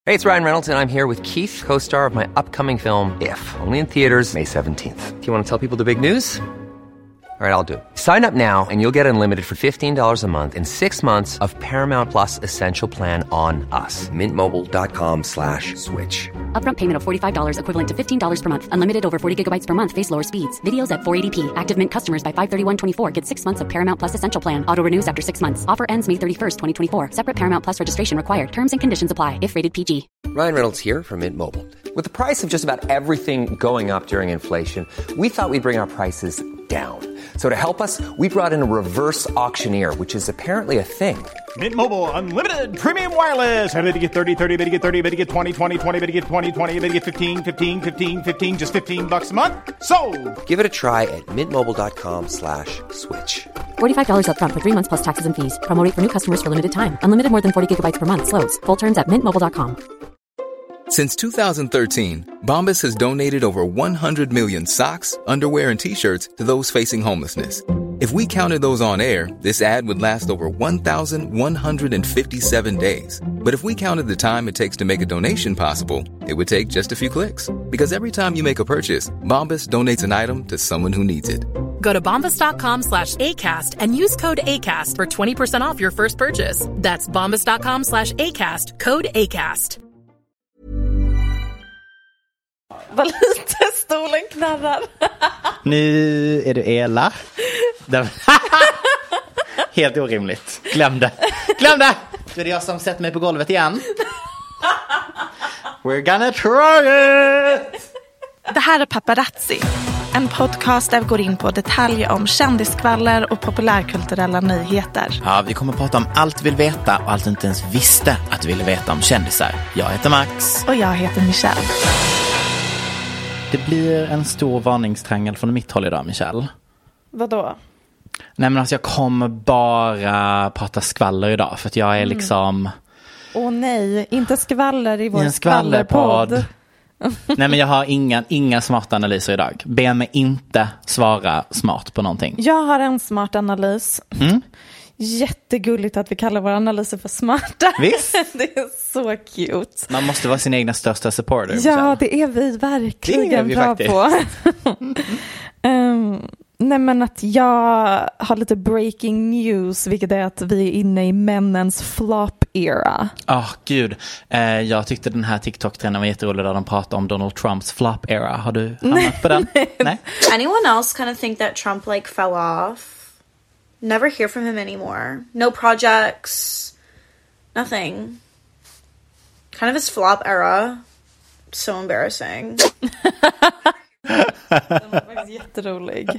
Hey, it's Ryan Reynolds, and I'm here with Keith, co-star of my upcoming film, If, only in theaters May 17th. Do you want to tell people the big news? All right, I'll do it. Sign up now and you'll get unlimited for $15 a month and 6 months of Paramount Plus Essential Plan on us. MintMobile.com/switch. Upfront payment of $45 equivalent to $15 per month. Unlimited over 40 gigabytes per month. Face lower speeds. Videos at 480p. Active Mint customers by 531.24 get 6 months of Paramount Plus Essential Plan. Auto renews after 6 months. Offer ends May 31st, 2024. Separate Paramount Plus registration required. Terms and conditions apply if rated PG. Ryan Reynolds here from Mint Mobile. With the price of just about everything going up during inflation, we thought we'd bring our prices down. So to help us, we brought in a reverse auctioneer, which is apparently a thing. Mint Mobile Unlimited Premium Wireless. How to get 30, 30, bit to get 30, bit to get 20, 20, 20, bit to get 20, 20, bit to get 15, 15, 15, 15, just $15 a month? Sold! Give it a try at mintmobile.com/switch. $45 upfront for 3 months plus taxes and fees. Promo rate for new customers for limited time. Unlimited more than 40 gigabytes per month. Slows full terms at mintmobile.com. Since 2013, Bombas has donated over 100 million socks, underwear, and T-shirts to those facing homelessness. If we counted those on air, this ad would last over 1,157 days. But if we counted the time it takes to make a donation possible, it would take just a few clicks. Because every time you make a purchase, Bombas donates an item to someone who needs it. Go to bombas.com/ACAST and use code ACAST for 20% off your first purchase. That's bombas.com/ACAST, code ACAST. Vad lite stolen knarrar. Nu är du Ela. Helt orimligt. Glöm det. Så är det jag som sätter mig på golvet igen. We're gonna try it. Det här är Paparazzi. En podcast där vi går in på detaljer om kändiskvaller och populärkulturella nyheter. Ja, vi kommer att prata om allt vi vill veta och allt du inte ens visste att du ville veta om kändisar. Jag heter Max. Och jag heter Michelle. Det blir en stor varningstriangel från mitt håll idag, Michelle. Vadå? Nej, men alltså jag kommer bara prata skvaller idag. För att jag är liksom... Åh nej, inte skvaller i vår en skvallerpodd. Nej, men jag har inga smarta analyser idag. Be mig inte svara smart på någonting. Jag har en smart analys. Jättegulligt att vi kallar våra analyser för smarta. Visst? Det är så cute. Man måste vara sin egna största supporter. Ja, Michelle. det är vi verkligen det är vi bra faktiskt på. Nej, men att jag har lite breaking news, vilket är att vi är inne i männens flop era. Gud. Jag tyckte den här TikTok-trenden var jätterolig där de pratade om Donald Trumps flop era. Har du hamnat på den? Nej. Anyone else kind of think that Trump like fell off? Never hear from him anymore. No projects. Nothing. Kind of his flop era. So embarrassing. Den var faktiskt jätterolig.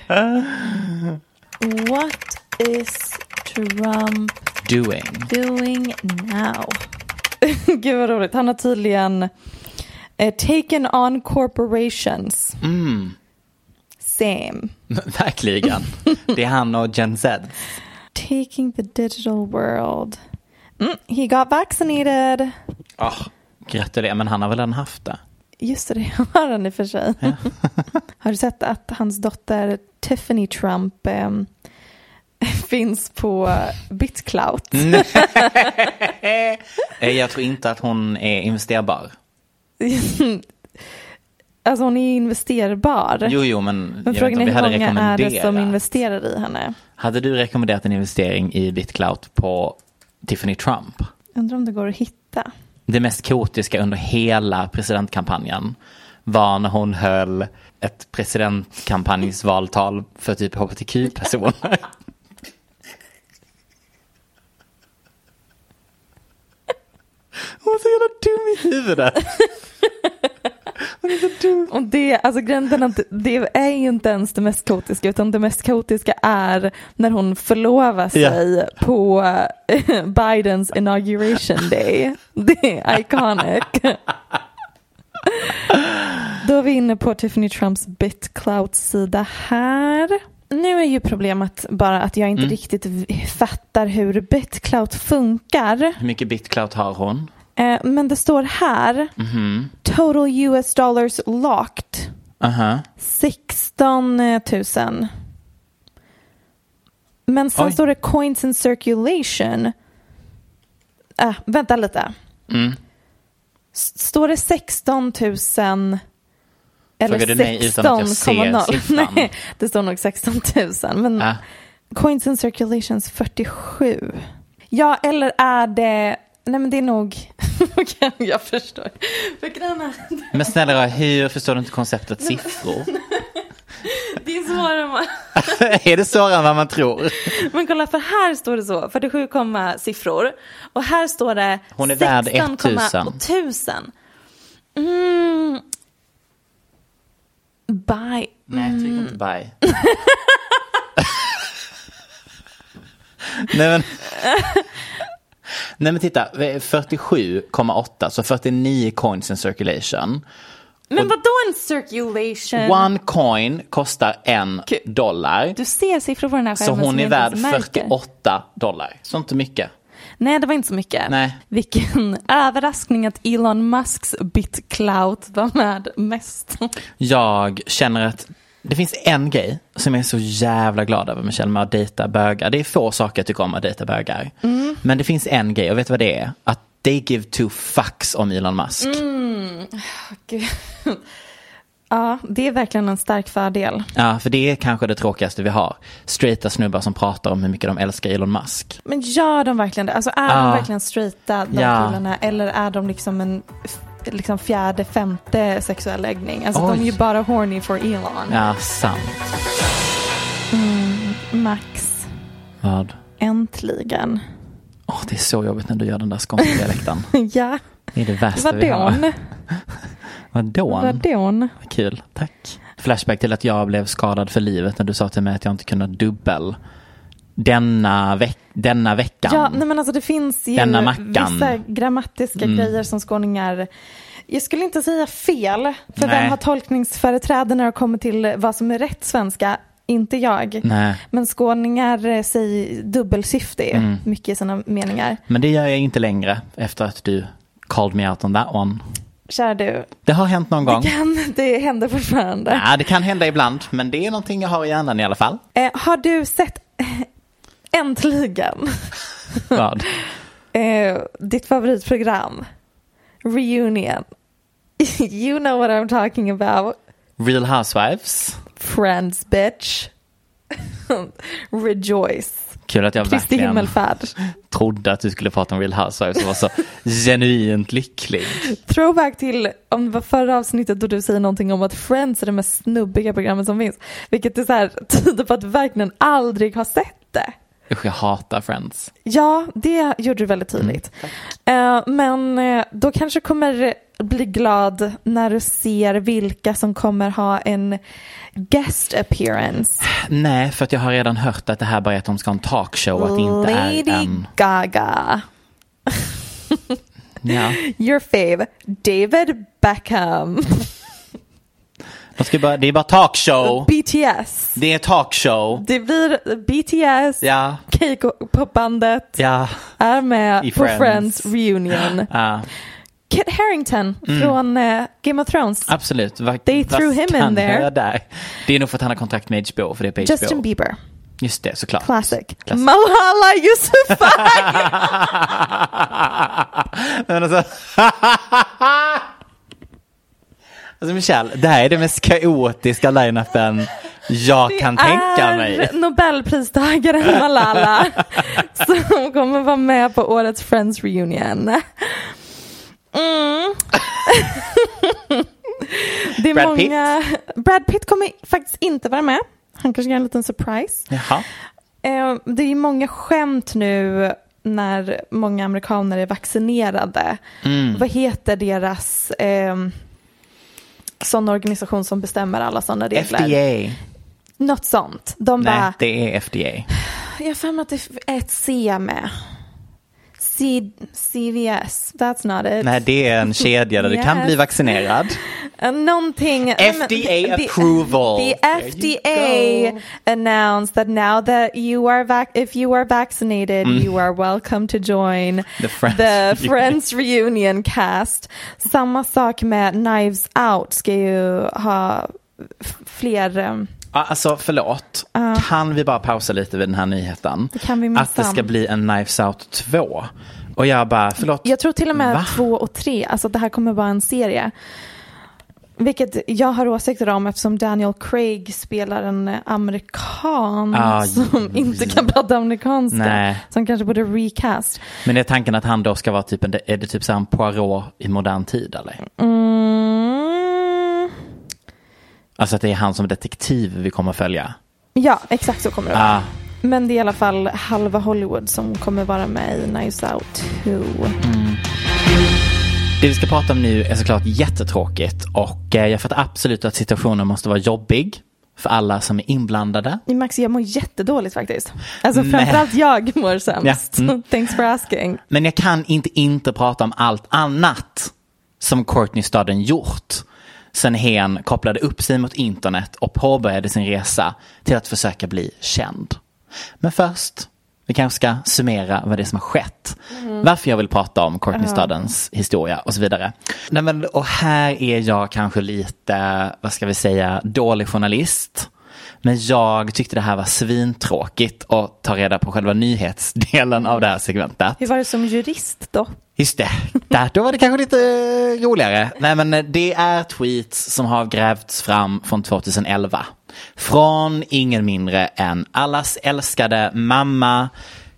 What is Trump doing now? Gud vad roligt. Han har tydligen taken on corporations. Same. Verkligen. Det är han och Gen Z. Taking the digital world. He got vaccinated. Gratulerar, men han har väl redan haft det. Just det, har han i och för sig. Ja. Har du sett att hans dotter Tiffany Trump finns på BitClout? Jag tror inte att hon är investerbar. Alltså hon är investerbar. Jo, men jag frågan vet inte om vi hade är hur många är det rekommenderat. som investerar i henne? Hade du rekommenderat en investering i BitClout på Tiffany Trump? Undrar om det går att hitta. Det mest kaotiska under hela presidentkampanjen var när hon höll ett presidentkampanjsvaltal för typ hbtq-personer. Hon var så jävla dum i huvudet. Och det, alltså det är ju inte ens det mest kaotiska, utan det mest kaotiska är när hon förlovar sig på Bidens inauguration day. Det är iconic. Då är vi inne på Tiffany Trumps BitClout-sida här. Nu är ju problemet bara att jag inte riktigt fattar hur BitClout funkar. Hur mycket BitClout har hon? Men det står här total US dollars locked 16 000. Men sen står det coins in circulation. Vänta lite. Står det 16 000 eller Frågade mig utan att jag ser siffran. Nej, det står nog 16 000. Men coins in circulations 47. Ja, eller är det... Nej, men det är nog... jag förstår. Men snälla, hur förstår du inte konceptet siffror? Det är svårare än man... Är det svårare än vad man tror? Men kolla, för här står det så. 47, siffror. Och här står det... Hon är värd 1000. Bye. Nej, jag tycker inte bye. Nej men titta, 47,8, så 49 coins in circulation. Men vadå en circulation? One coin kostar $1. Du ser siffror på den här skärmen. Så hon är värd $48. Så inte mycket. Nej, det var inte så mycket. Nej. Vilken överraskning att Elon Musks BitClout var med mest. Jag känner att det finns en grej som jag är så jävla glad över, Michelle, med att dejta bögar. Det är få saker jag tycker om att dejta bögar. Men det finns en grej, och vet du vad det är? Att they give two fucks om Elon Musk. Gud. Ja, det är verkligen en stark fördel. Ja, för det är kanske det tråkigaste vi har. Straighta snubbar som pratar om hur mycket de älskar Elon Musk. Men gör de verkligen det? Alltså är de verkligen straighta, de killarna? Eller är de liksom en fjärde, femte sexuell läggning? Alltså de är ju bara horny for Elon. Ja, sant. Max. Vad? Äntligen. Det är så jobbigt när du gör den där skånska dialekten. Ja. Det är det värsta vi har. Vadå? Kul, tack. Flashback till att jag blev skadad för livet när du sa till mig att jag inte kunde dubbel denna veckan. Ja, nej men alltså det finns ju vissa grammatiska grejer som skåningar... Jag skulle inte säga fel, för vem har tolkningsföreträde när det kommer till vad som är rätt svenska? Inte jag. Nej. Men skåningar säger dubbelsyfte mycket i sina meningar. Men det gör jag inte längre efter att du called me out on that one. Kär du. Det har hänt någon gång. Det händer fortfarande. Ja, det kan hända ibland, men det är någonting jag har i hjärnan i alla fall. Har du sett äntligen? Vad? Ditt favoritprogram. Reunion. You know what I'm talking about. Real Housewives. Friends, bitch. Rejoice. Kul att jag Kristi verkligen himmelfärd. trodde att du skulle prata om Real Housewives och var så genuint lycklig. Throwback till om det var förra avsnittet då du säger någonting om att Friends är det mest snubbiga programmet som finns. Vilket är så här, tyder på att du verkligen aldrig har sett det. Usch, jag hatar Friends. Ja, det gjorde du väldigt tydligt. Men då kanske kommer bli glad när du ser vilka som kommer ha en guest appearance. Nej, för att jag har redan hört att det här bara är att de ska ha en talkshow, att det inte Lady är en... Gaga. Ja. Your fave, David Beckham. Det är bara talkshow. BTS. Det är talkshow. Det blir BTS. Ja. K-pop-bandet. Ja. Är med I på Friends reunion. Ja. Kit Harington från Game of Thrones. Absolut. They threw him in there. Det är nog för att han har kontrakt med HBO, för det är på HBO. Justin Bieber. Just det, såklart. Classic. Malala Yousafzai. Men alltså Michelle, det här är det mest kaotiska line-upen jag kan tänka mig. Det är Nobelpristagaren Malala som kommer vara med på årets Friends reunion. Det är Brad Pitt kommer faktiskt inte vara med. Han kanske gör en liten surprise. Jaha. Det är många skämt nu när många amerikaner är vaccinerade. Vad heter deras sån organisation som bestämmer alla sådana regler? FDA. Något sånt. Nej, det är FDA. Jag har för mig att det är ett C med. CVS, that's not it. Nej, det är en kedja där du kan bli vaccinerad. Någonting. FDA approval. The FDA announced that now that if you are vaccinated, you are welcome to join the Friends reunion cast. Samma sak med Knives Out ska ju ha fler... Alltså förlåt, kan vi bara pausa lite vid den här nyheten? Det kan vi att det ska bli en Knives Out 2. Och jag bara, förlåt. Jag tror till och med Va? 2 och 3, alltså det här kommer vara en serie. Vilket jag har åsikter om eftersom Daniel Craig spelar en amerikan som inte kan prata amerikanska. Nej. Som kanske borde recast. Men är tanken att han då ska vara typ är det typ så en Poirot i modern tid eller? Alltså att det är han som detektiv vi kommer följa. Ja, exakt så kommer det vara. Men det är i alla fall halva Hollywood som kommer vara med i Knives Out 2. Det vi ska prata om nu är såklart jättetråkigt och jag fattar absolut att situationen måste vara jobbig för alla som är inblandade. Max, jag mår jättedåligt faktiskt. Alltså framförallt jag mår sämst. Ja. Thanks for asking. Men jag kan inte prata om allt annat som Courtney Stodden gjort sen hen kopplade upp sig mot internet och påbörjade sin resa till att försöka bli känd. Men först, vi kanske ska summera vad det är som har skett. Varför jag vill prata om Courtney Stoddens historia och så vidare. Nej, men, och här är jag kanske lite, vad ska vi säga, dålig journalist. Men jag tyckte det här var svintråkigt att ta reda på själva nyhetsdelen av det här segmentet. Hur var det som jurist då? Just det, då var det kanske lite roligare. Nej, men det är tweets som har grävts fram från 2011. Från ingen mindre än allas älskade mamma,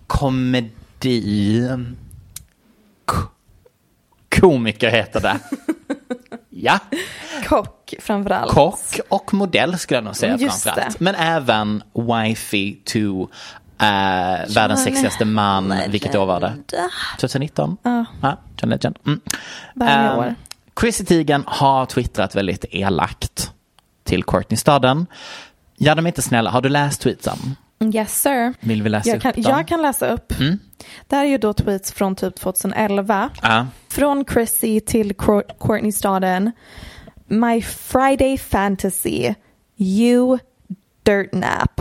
komiker heter det. Ja. Kock framförallt. Kock och modell skulle jag nog säga framförallt. Men även wifey to världens sexigaste man. Legend. Vilket år var det? 2019? Ja, John Legend. Varje år. Chrissy Teigen har twittrat väldigt elakt till Courtney Stodden. Ja, de är inte snälla. Har du läst tweetsen? Yes, sir. Vill vi läsa upp dem? Jag kan läsa upp. Det här är ju då tweets från typ 2011. Från Chrissy till Courtney Stodden. My Friday fantasy. You dirt nap.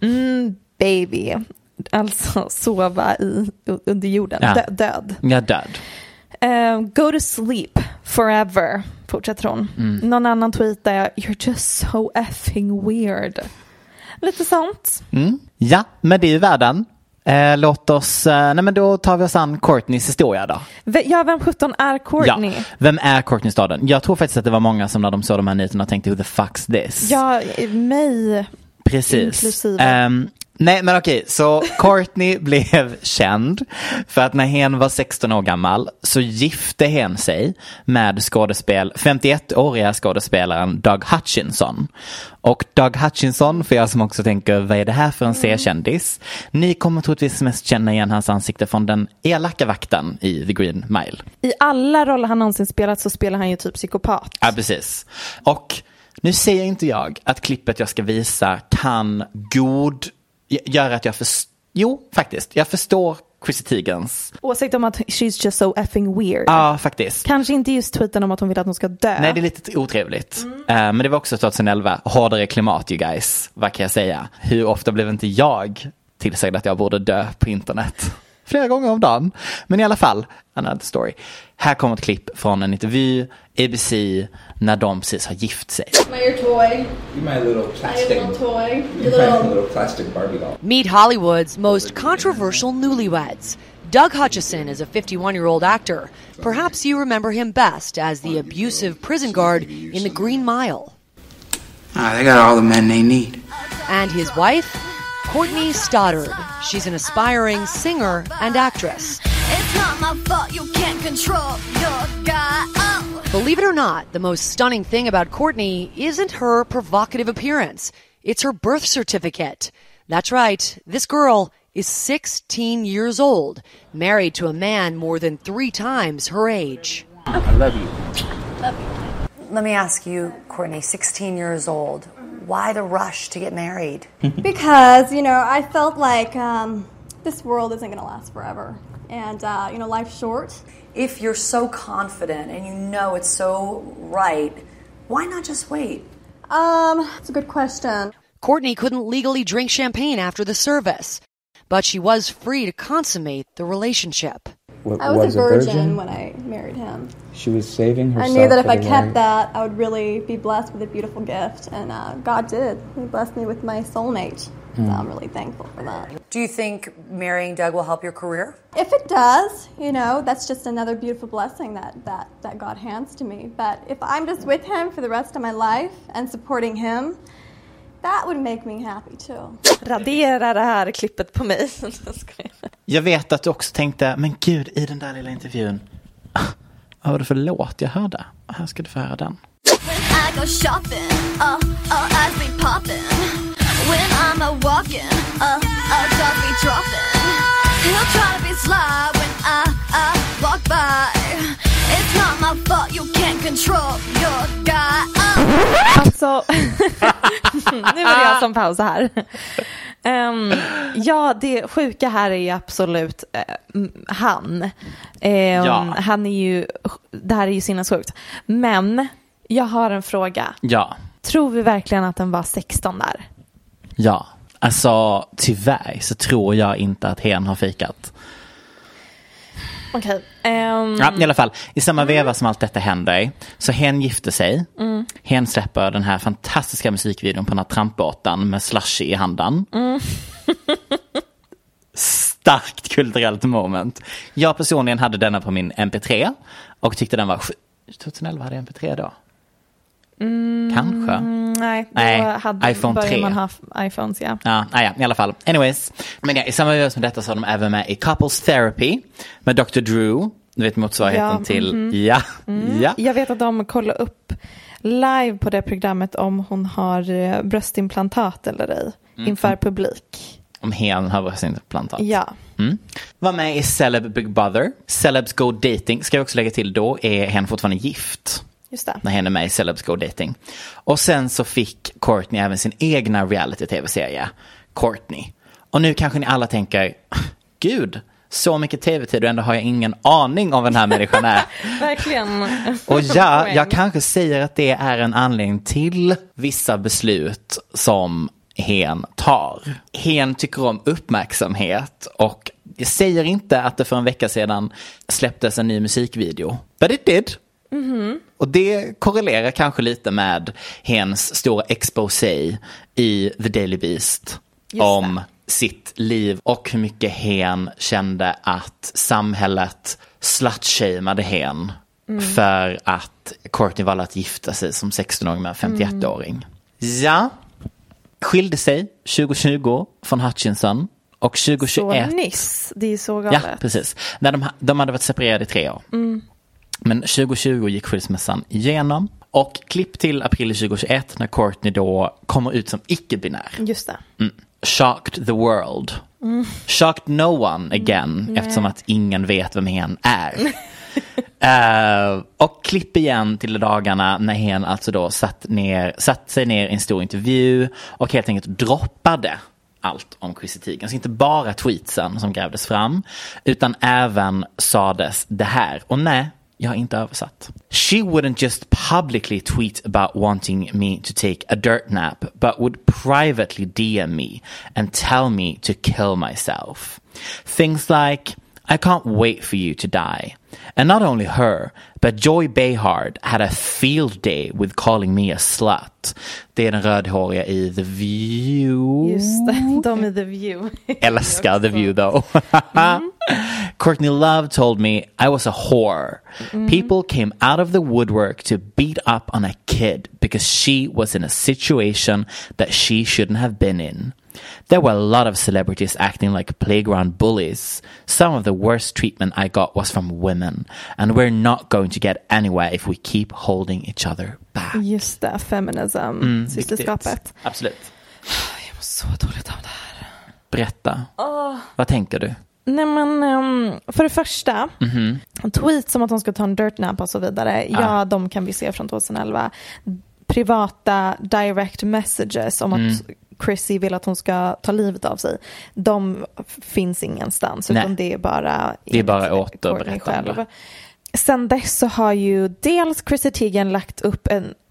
Baby. Alltså sova under jorden. Död. Ja, död. Go to sleep forever. Fortsätter hon. Någon annan tweetar you're just so effing weird. Lite sånt. Ja, men det är ju världen. Låt oss, nej men då tar vi oss an Courtneys historia då. Ja, vem 17 är Courtney? Ja, vem är Courtney Stodden? Jag tror faktiskt att det var många som när de såg de här nyheterna tänkte who the fuck's this? Ja, mig. Precis. Inklusive. Nej, men okej, så Courtney blev känd för att när hen var 16 år gammal så gifte hen sig med 51-åriga skådespelaren Doug Hutchinson. Och Doug Hutchinson, för jag som också tänker, vad är det här för en C-kändis? Ni kommer troligtvis mest känna igen hans ansikte från den elaka vakten i The Green Mile. I alla roller han någonsin spelat så spelar han ju typ psykopat. Ja, precis. Och nu säger inte jag att klippet jag ska visa kan gör att jag förstår Chrissy Teigens åsikt om att she's just so effing weird. Ja, faktiskt. Kanske inte just tweeten om att hon vill att hon ska dö. Nej, det är lite otrevligt. Men det var också 2011. Hårdare klimat, you guys. Vad kan jag säga? Hur ofta blev inte jag tillsagd att jag borde dö på internet? Flera gånger om dagen. Men i alla fall, another story. Här kommer ett klipp från en intervju ABC när de precis har gift sig. Your toy. You're my little plastic. My little toy. You're my little plastic Barbie doll. Meet Hollywood's most controversial newlyweds. Doug Hutchison is a 51-year-old actor. Perhaps you remember him best as the abusive prison guard in The Green Mile. They got all the men they need. And his wife, Courtney Stoddard. She's an aspiring singer and actress. It's not my fault you can't control your guy. Oh. Believe it or not, the most stunning thing about Courtney isn't her provocative appearance. It's her birth certificate. That's right, this girl is 16 years old, married to a man more than 3 times her age. I love you. Love you. Let me ask you, Courtney, 16 years old. Why the rush to get married? Because, I felt like this world isn't going to last forever. And, life's short. If you're so confident and you know it's so right, why not just wait? It's a good question. Courtney couldn't legally drink champagne after the service, but she was free to consummate the relationship. I was a virgin when I married him. She was saving herself. I knew that if I kept that, I would really be blessed with a beautiful gift. And God did. He blessed me with my soulmate. So I'm really thankful for that. Do you think marrying Doug will help your career? If it does, you know, that's just another beautiful blessing that God hands to me. But if I'm just with him for the rest of my life and supporting him, that would make me happy too. Radera det här klippet på mig. Jag vet att du också tänkte, men gud, i den där lilla intervjun, vad var det för låt jag hörde? Här ska du få höra den. When I go shopping, eyes be popping. When I'm walking, jaws be dropping. He'll try to be sly when I walk by. It's not my fault, you can't control your guy. Alltså, nu var det jag som pausar här. Ja, det sjuka här är ju absolut han. Han är ju, det här är ju sinnessjukt. Men jag har en fråga. Ja. Tror vi verkligen att den var 16 där? Ja, alltså tyvärr så tror jag inte att hen har fikat. Okej. Ja, i alla fall, i samma veva som allt detta händer så hen gifter sig. Hen släpper den här fantastiska musikvideon på den här trampbåten med Slushy i handen. Starkt kulturellt moment. Jag personligen hade denna på min MP3 och tyckte den var 2011 hade jag MP3 då. Kanske. Nej, då hade iPhone 3. Man ha iPhones, ja. Ja, i alla fall. Anyways. Men ja, i samma veva som detta så har de även med i Couples Therapy med Dr. Drew. Du vet motsvarigheten till... Ja. Jag vet att de kollar upp live på det programmet om hon har bröstimplantat eller ej inför publik. Om hen har bröstimplantat. Ja. Var med i Celeb Big Brother. Celebs Go Dating ska jag också lägga till, då är hen fortfarande gift. Just det. När hen är med i Celebs Go Dating. Och sen så fick Courtney även sin egna reality-tv-serie, Courtney. Och nu kanske ni alla tänker, gud, så mycket tv-tid och ändå har jag ingen aning om vad den här människan är. Verkligen. Och ja, jag kanske säger att det är en anledning till vissa beslut som hen tar. Hen tycker om uppmärksamhet och jag säger inte att det för en vecka sedan släpptes en ny musikvideo. But it did. Och det korrelerar kanske lite med hens stora exposé i The Daily Beast om sitt liv och hur mycket hen kände att samhället slutshameade hen för att Courtney valde att gifta sig som 16-åring med en 51-åring. Ja, skilde sig 2020 från Hutchinson och 2021. Så nyss, det är så galet. Ja, precis. När de hade varit separerade i 3 år. Men 2020 gick skilsmässan igenom och klipp till april 2021 när Courtney då kommer ut som icke-binär. Just det. Shocked the world. Shocked no one again eftersom att ingen vet vem hen är. Och klipp igen till dagarna när hen alltså då satt sig ner i en stor intervju och helt enkelt droppade allt om Chrissy Teigen. Så inte bara tweetsen som grävdes fram utan även sades det här. Och nej, jag har inte översatt. She wouldn't just publicly tweet about wanting me to take a dirt nap, but would privately DM me and tell me to kill myself. Things like, I can't wait for you to die. And not only her, but Joy Behar had a field day with calling me a slut. Det är den rödhåriga i The View. Just det, de är The View. Älskar The View though. Courtney Love told me I was a whore. People came out of the woodwork to beat up on a kid because she was in a situation that she shouldn't have been in. There were a lot of celebrities acting like playground bullies. Some of the worst treatment I got was from women. And we're not going to get anywhere if we keep holding each other back. Just det, feminism, systerskapet. Absolut. Jag mår så dåligt av det här. Berätta. Vad tänker du? Nej men, för det första, tweets som att hon ska ta en dirt nap och så vidare, ja de kan vi se från 2011. Privata direct messages om att Chrissy vill att hon ska ta livet av sig, de finns ingenstans. Utan det är bara återberättande. Sen dess så har ju dels Chrissy Teigen lagt upp en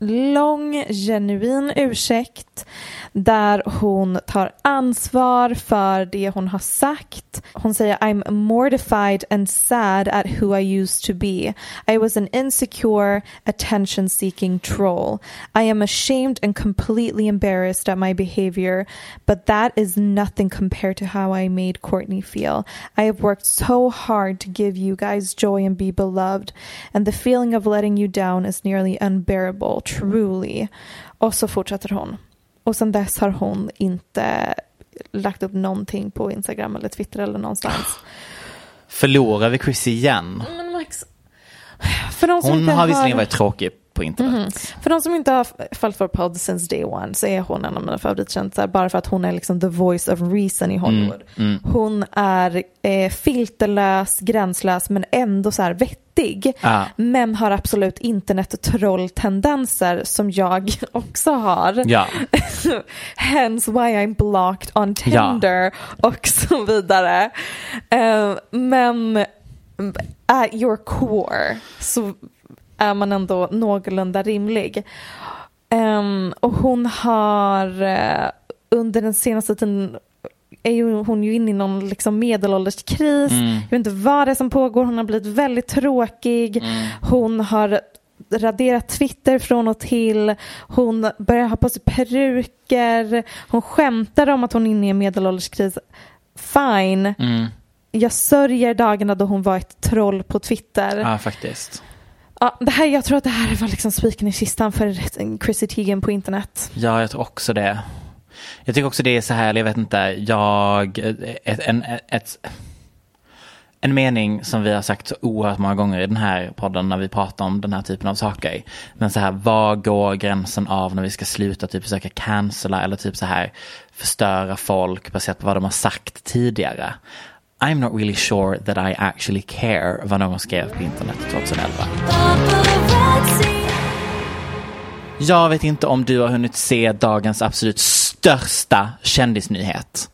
lång, genuin ursäkt där hon tar ansvar för det hon har sagt. Hon säger I'm mortified and sad at who I used to be. I was an insecure, attention-seeking troll. I am ashamed and completely embarrassed at my behavior, but that is nothing compared to how I made Courtney feel. I have worked so hard to give you guys joy and be beloved, and the feeling of letting you down is nearly unbearable, truly. Och så fortsätter hon. Och sen dess har hon inte lagt upp någonting på Instagram eller Twitter eller någonstans. Förlorar vi Chrissy igen? Men Max, för de som hon inte har visserligen varit tråkig på internet. För de som inte har fallit för podd since day one så är hon en av mina favoritkändisar bara för att hon är liksom the voice of reason i Hollywood. Hon är filterlös, gränslös men ändå så här vettig. Men har absolut internet-troll-tendenser som jag också har. Ja. Hence why I'm blocked on Tinder och så vidare. Men at your core så är man ändå någorlunda rimlig. Och hon har under den senaste tiden är hon ju inne i någon liksom medelålderskris. Jag vet inte vad det är som pågår. Hon har blivit väldigt tråkig. Hon har raderat Twitter från och till. Hon börjar ha på sig peruker. Hon skämtar om att hon är inne i en medelålderskris. Fine. Jag sörjer dagarna då hon var ett troll på Twitter. Ja, faktiskt. Ja, jag tror att det här var liksom spiken i kistan för Chrissy Teigen på internet. Ja, jag tror också det. Jag tycker också det är så här, jag vet inte, en mening som vi har sagt så oerhört många gånger i den här podden när vi pratar om den här typen av saker. Men så här, var går gränsen av när vi ska sluta typ försöka cancella eller typ så här förstöra folk baserat på vad de har sagt tidigare. I'm not really sure that I actually care vad någon skrev på internet 2011. Jag vet inte om du har hunnit se dagens absolut största kändisnyhet.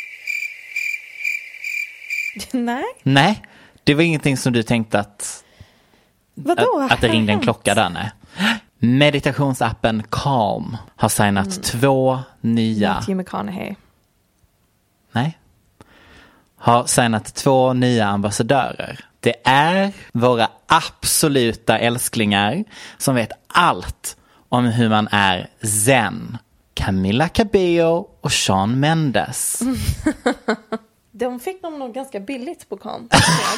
Nej, det var ingenting som du tänkte att det ringde en klocka där, nej. Meditationsappen Calm har signat 2 nya Matthew McConaughey. Nej. Har signat 2 nya ambassadörer. Det är våra absoluta älsklingar som vet allt om hur man är zen. Camila Cabello och Shawn Mendes. De fick dem nog ganska billigt på Calm.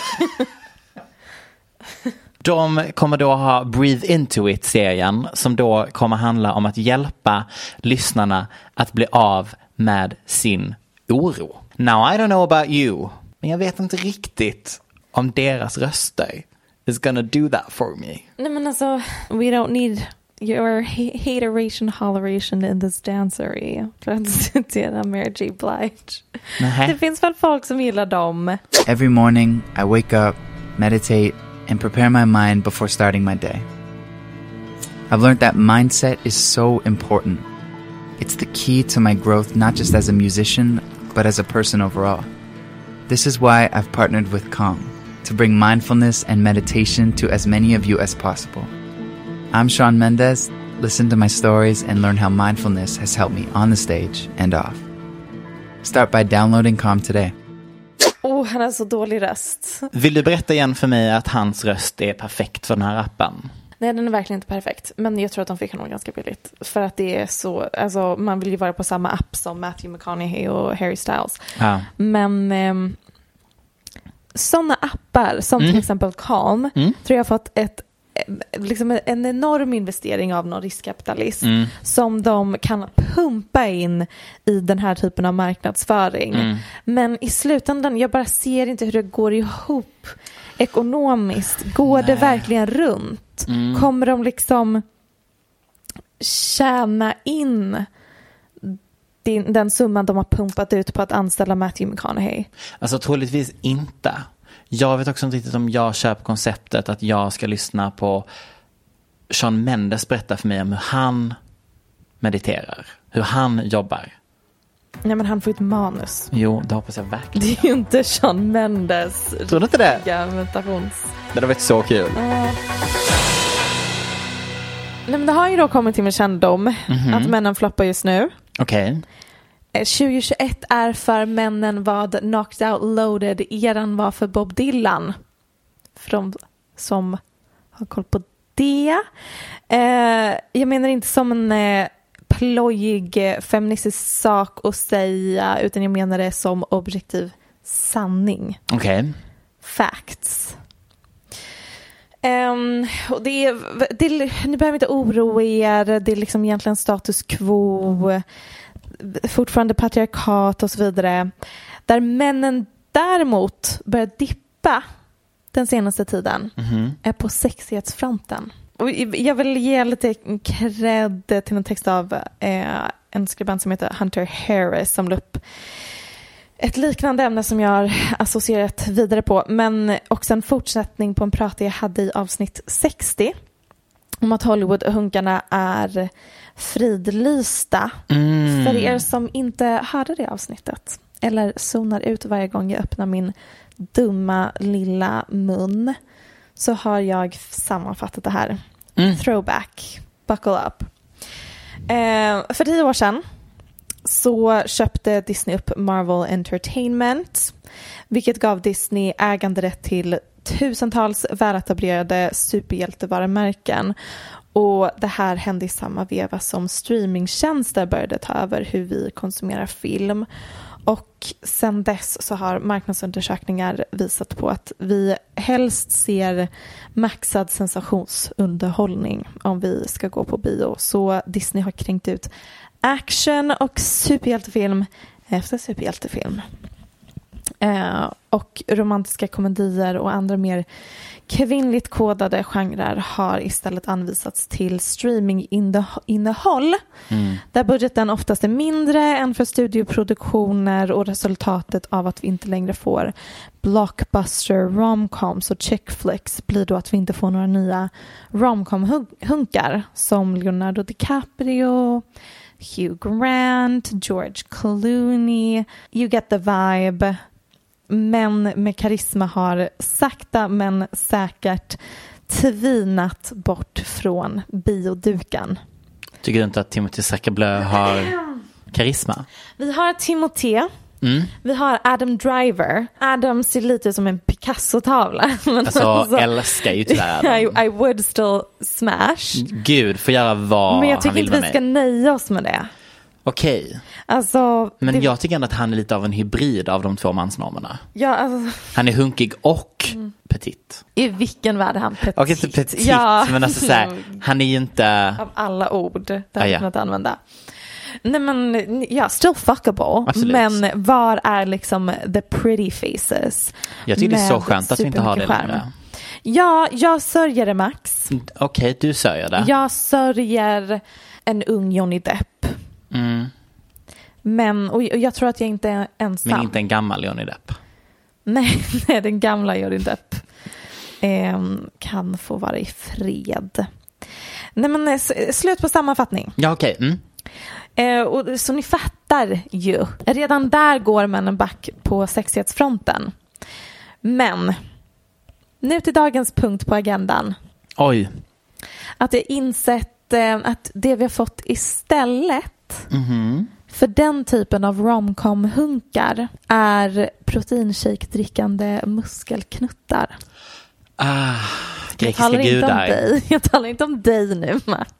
De kommer då ha Breathe Into It-serien som då kommer handla om att hjälpa lyssnarna att bli av med sin oro. Now I don't know about you, men jag vet inte riktigt om deras röster is gonna do that for me. Nej men alltså, we don't need your hateration, holleration in this dancery för att citera Mary J. Blige. Det finns väl folk som gillar dem. Every morning I wake up, meditate and prepare my mind before starting my day. I've learned that mindset is so important. It's the key to my growth, not just as a musician, but as a person overall. This is why I've partnered with Calm, to bring mindfulness and meditation to as many of you as possible. I'm Shawn Mendes. Listen to my stories and learn how mindfulness has helped me on the stage and off. Start by downloading Calm today. Han har så dålig röst. Vill du berätta igen för mig att hans röst är perfekt för den här appen? Nej, den är verkligen inte perfekt. Men jag tror att de fick honom ganska billigt. För att det är så, alltså man vill ju vara på samma app som Matthew McConaughey och Harry Styles. Ja. Men sådana appar som till exempel Calm tror jag har fått liksom en enorm investering av någon riskkapitalist som de kan pumpa in i den här typen av marknadsföring. Men i slutändan, jag bara ser inte hur det går ihop ekonomiskt. Går det verkligen runt? Kommer de liksom tjäna in den summan de har pumpat ut på att anställa Matthew McConaughey? Alltså troligtvis inte. Jag vet också inte riktigt om jag köper konceptet att jag ska lyssna på Shawn Mendes berätta för mig om hur han mediterar, hur han jobbar. Nej, men han får ett manus. Jo, det hoppas jag verkligen. Det är ju inte Shawn Mendes. Tror du inte det? Meditations. Det har varit så kul. men det har ju då kommit till min kännedom att männen floppar just nu. Okej. 2021 är för männen vad Knocked Out Loaded eran var för Bob Dylan. För de som har koll på det. Jag menar inte som en plojig feministisk sak att säga, utan jag menar det som objektiv sanning. Okej. Facts. Och ni behöver inte oroa er. Det är liksom egentligen status quo, fortfarande patriarkat och så vidare. Där männen däremot börjar dippa den senaste tiden är på sexighetsfronten. Och jag vill ge lite cred till en text av en skribent som heter Hunter Harris som la upp ett liknande ämne som jag har associerat vidare på, men också en fortsättning på en prat jag hade i avsnitt 60 om att Hollywood-hunkarna är fridlysta. För er som inte hörde det avsnittet eller zonar ut varje gång jag öppnar min dumma lilla mun, så har jag sammanfattat det här. Throwback, buckle up. För 10 år sedan så köpte Disney upp Marvel Entertainment, vilket gav Disney äganderätt till tusentals väletablerade superhjältevarumärken. Och det här hände i samma veva som streamingtjänster började ta över hur vi konsumerar film. Och sen dess så har marknadsundersökningar visat på att vi helst ser maxad sensationsunderhållning om vi ska gå på bio. Så Disney har kränkt ut action och superhjältefilm efter superhjältefilm. Och romantiska komedier och andra mer kvinnligt kodade genrer har istället anvisats till streaminginnehåll där budgeten oftast är mindre än för studioproduktioner, och resultatet av att vi inte längre får blockbuster romcoms och chick flicks blir då att vi inte får några nya romcom-hunkar som Leonardo DiCaprio, Hugh Grant, George Clooney. You get the vibe. Män med karisma har sakta men säkert tvinat bort från biodukan. Tycker du inte att Timothée Chalamet har karisma? Vi har Timothée. Vi har Adam Driver. Adam ser lite som en Picasso-tavla. Alltså, älskar ju tyvärr I would still smash. Gud, får göra vad men jag tycker han vill inte vi ska nöja oss med det. Okej. Alltså, men jag tycker ändå att han är lite av en hybrid av de två mansnormerna. Ja, alltså, han är hunkig och petit. I vilken värld är han petit? Och inte petit, men alltså så här, han är ju inte... Av alla ord där jag kunnat använda. Nej men, ja, still fuckable. Absolut. Men var är liksom the pretty faces? Jag tycker det är så skönt att vi inte har det längre. Ja, jag sörjer det, Max. Okej, du sörjer det. Jag sörjer en ung Johnny Depp. Men, och jag tror att jag inte är ensam. Men inte en gammal Johnny Depp. Nej, den gamla Johnny Depp kan få vara i fred. Nej men, slut på sammanfattning. Ja, okej. Och så ni fattar ju. Redan där går männen back på sexighetsfronten. Men nu till dagens punkt på agendan. Oj. Att jag insett att det vi har fått istället för den typen av romcom-hunkar är proteinshake-drickande muskelknuttar. Grekiska gudar. Jag talar inte om dig nu, Max.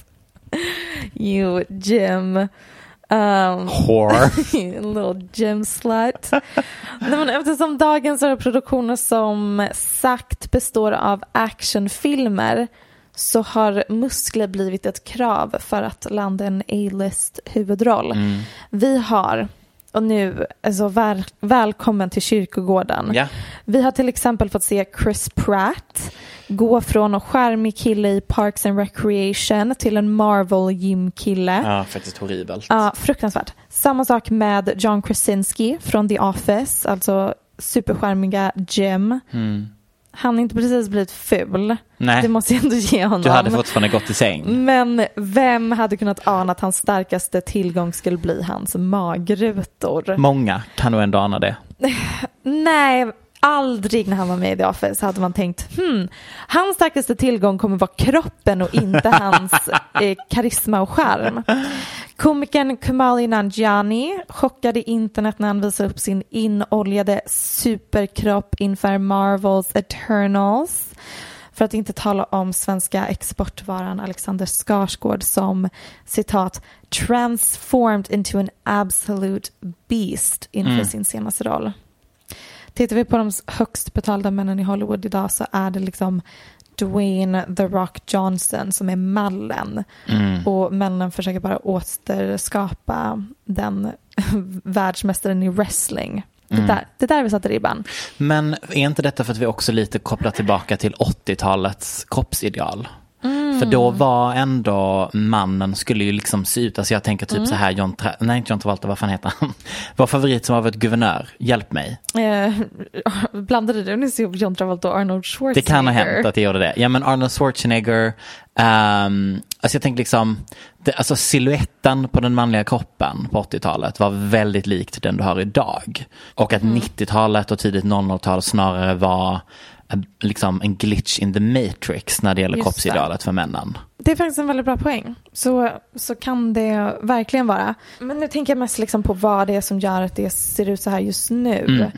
You Jim whore. Little Jim slut. Men eftersom dagens produktioner som sagt består av actionfilmer, så har muskler blivit ett krav för att landa en A-list huvudroll. Vi har, och nu alltså välkommen till kyrkogården. Ja. Vi har till exempel fått se Chris Pratt gå från en charmig kille i Parks and Recreation till en Marvel gymkille. Ja, faktiskt horribelt. Ja, fruktansvärt. Samma sak med John Krasinski från The Office, alltså supercharmiga Jim. Han har inte precis blivit ful. Nej. Det måste jag ändå ge honom. Du hade fortfarande gått i säng. Men vem hade kunnat ana att hans starkaste tillgång skulle bli hans magrutor? Många kan nog ändå ana det. Nej, aldrig när han var med i The Office hade man tänkt hans starkaste tillgång kommer vara kroppen och inte hans karisma och charm. Komikern Kumail Nanjiani chockade internet när han visade upp sin inoljade superkropp inför Marvels Eternals. För att inte tala om svenska exportvaran Alexander Skarsgård som, citat, transformed into an absolute beast inför sin senaste roll. Tittar vi på de högst betalda männen i Hollywood idag så är det liksom Dwayne The Rock Johnson som är mallen. Och männen försöker bara återskapa den världsmästaren i wrestling. Det där vi satte ribban. Men är inte detta för att vi också lite kopplar tillbaka till 80-talets kroppsideal? För då var ändå mannen skulle ju liksom se ut, alltså jag tänker typ så här inte John Travolta, vad fan heter han? Vår favorit som har varit guvernör, hjälp mig. Blandade du nyss ihop John Travolta och Arnold Schwarzenegger? Det kan ha hänt att jag gjorde det. Ja, men Arnold Schwarzenegger, alltså jag tänker liksom alltså siluetten på den manliga kroppen på 80-talet var väldigt likt den du har idag. Och att 90-talet och tidigt 00-tal snarare var liksom en glitch in the matrix när det gäller kroppsidealet för männen. Det är faktiskt en väldigt bra poäng. Så kan det verkligen vara. Men nu tänker jag mest liksom på vad det är som gör att det ser ut så här just nu.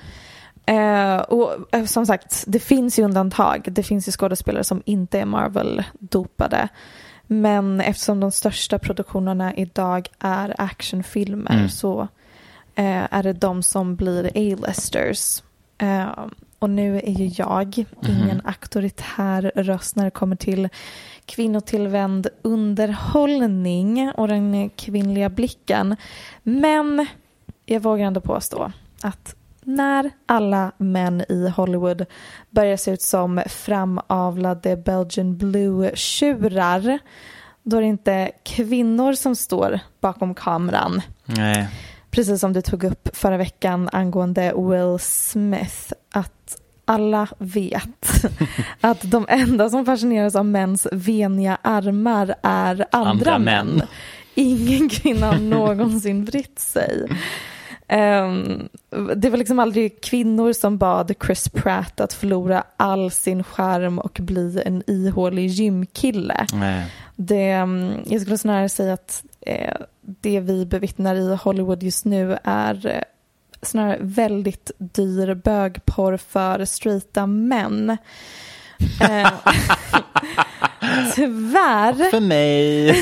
Och som sagt, det finns ju undantag. Det finns ju skådespelare som inte är Marvel-dopade. Men eftersom de största produktionerna idag är actionfilmer så är det de som blir A-listers. Och nu är ju jag ingen auktoritär röst när det kommer till kvinnotillvänd underhållning och den kvinnliga blicken. Men jag vågar ändå påstå att när alla män i Hollywood börjar se ut som framavlade Belgian Blue-tjurar, då är det inte kvinnor som står bakom kameran. Nej. Precis som du tog upp förra veckan angående Will Smith, att alla vet att de enda som fascineras av mäns veniga armar är andra män. Ingen kvinna har någonsin brytt sig. Det var liksom aldrig kvinnor som bad Chris Pratt att förlora all sin charm och bli en ihålig gymkille. Jag skulle snarare säga att det vi bevittnar i Hollywood just nu är snarare väldigt dyr bögporr för straighta män. Tyvärr. För mig.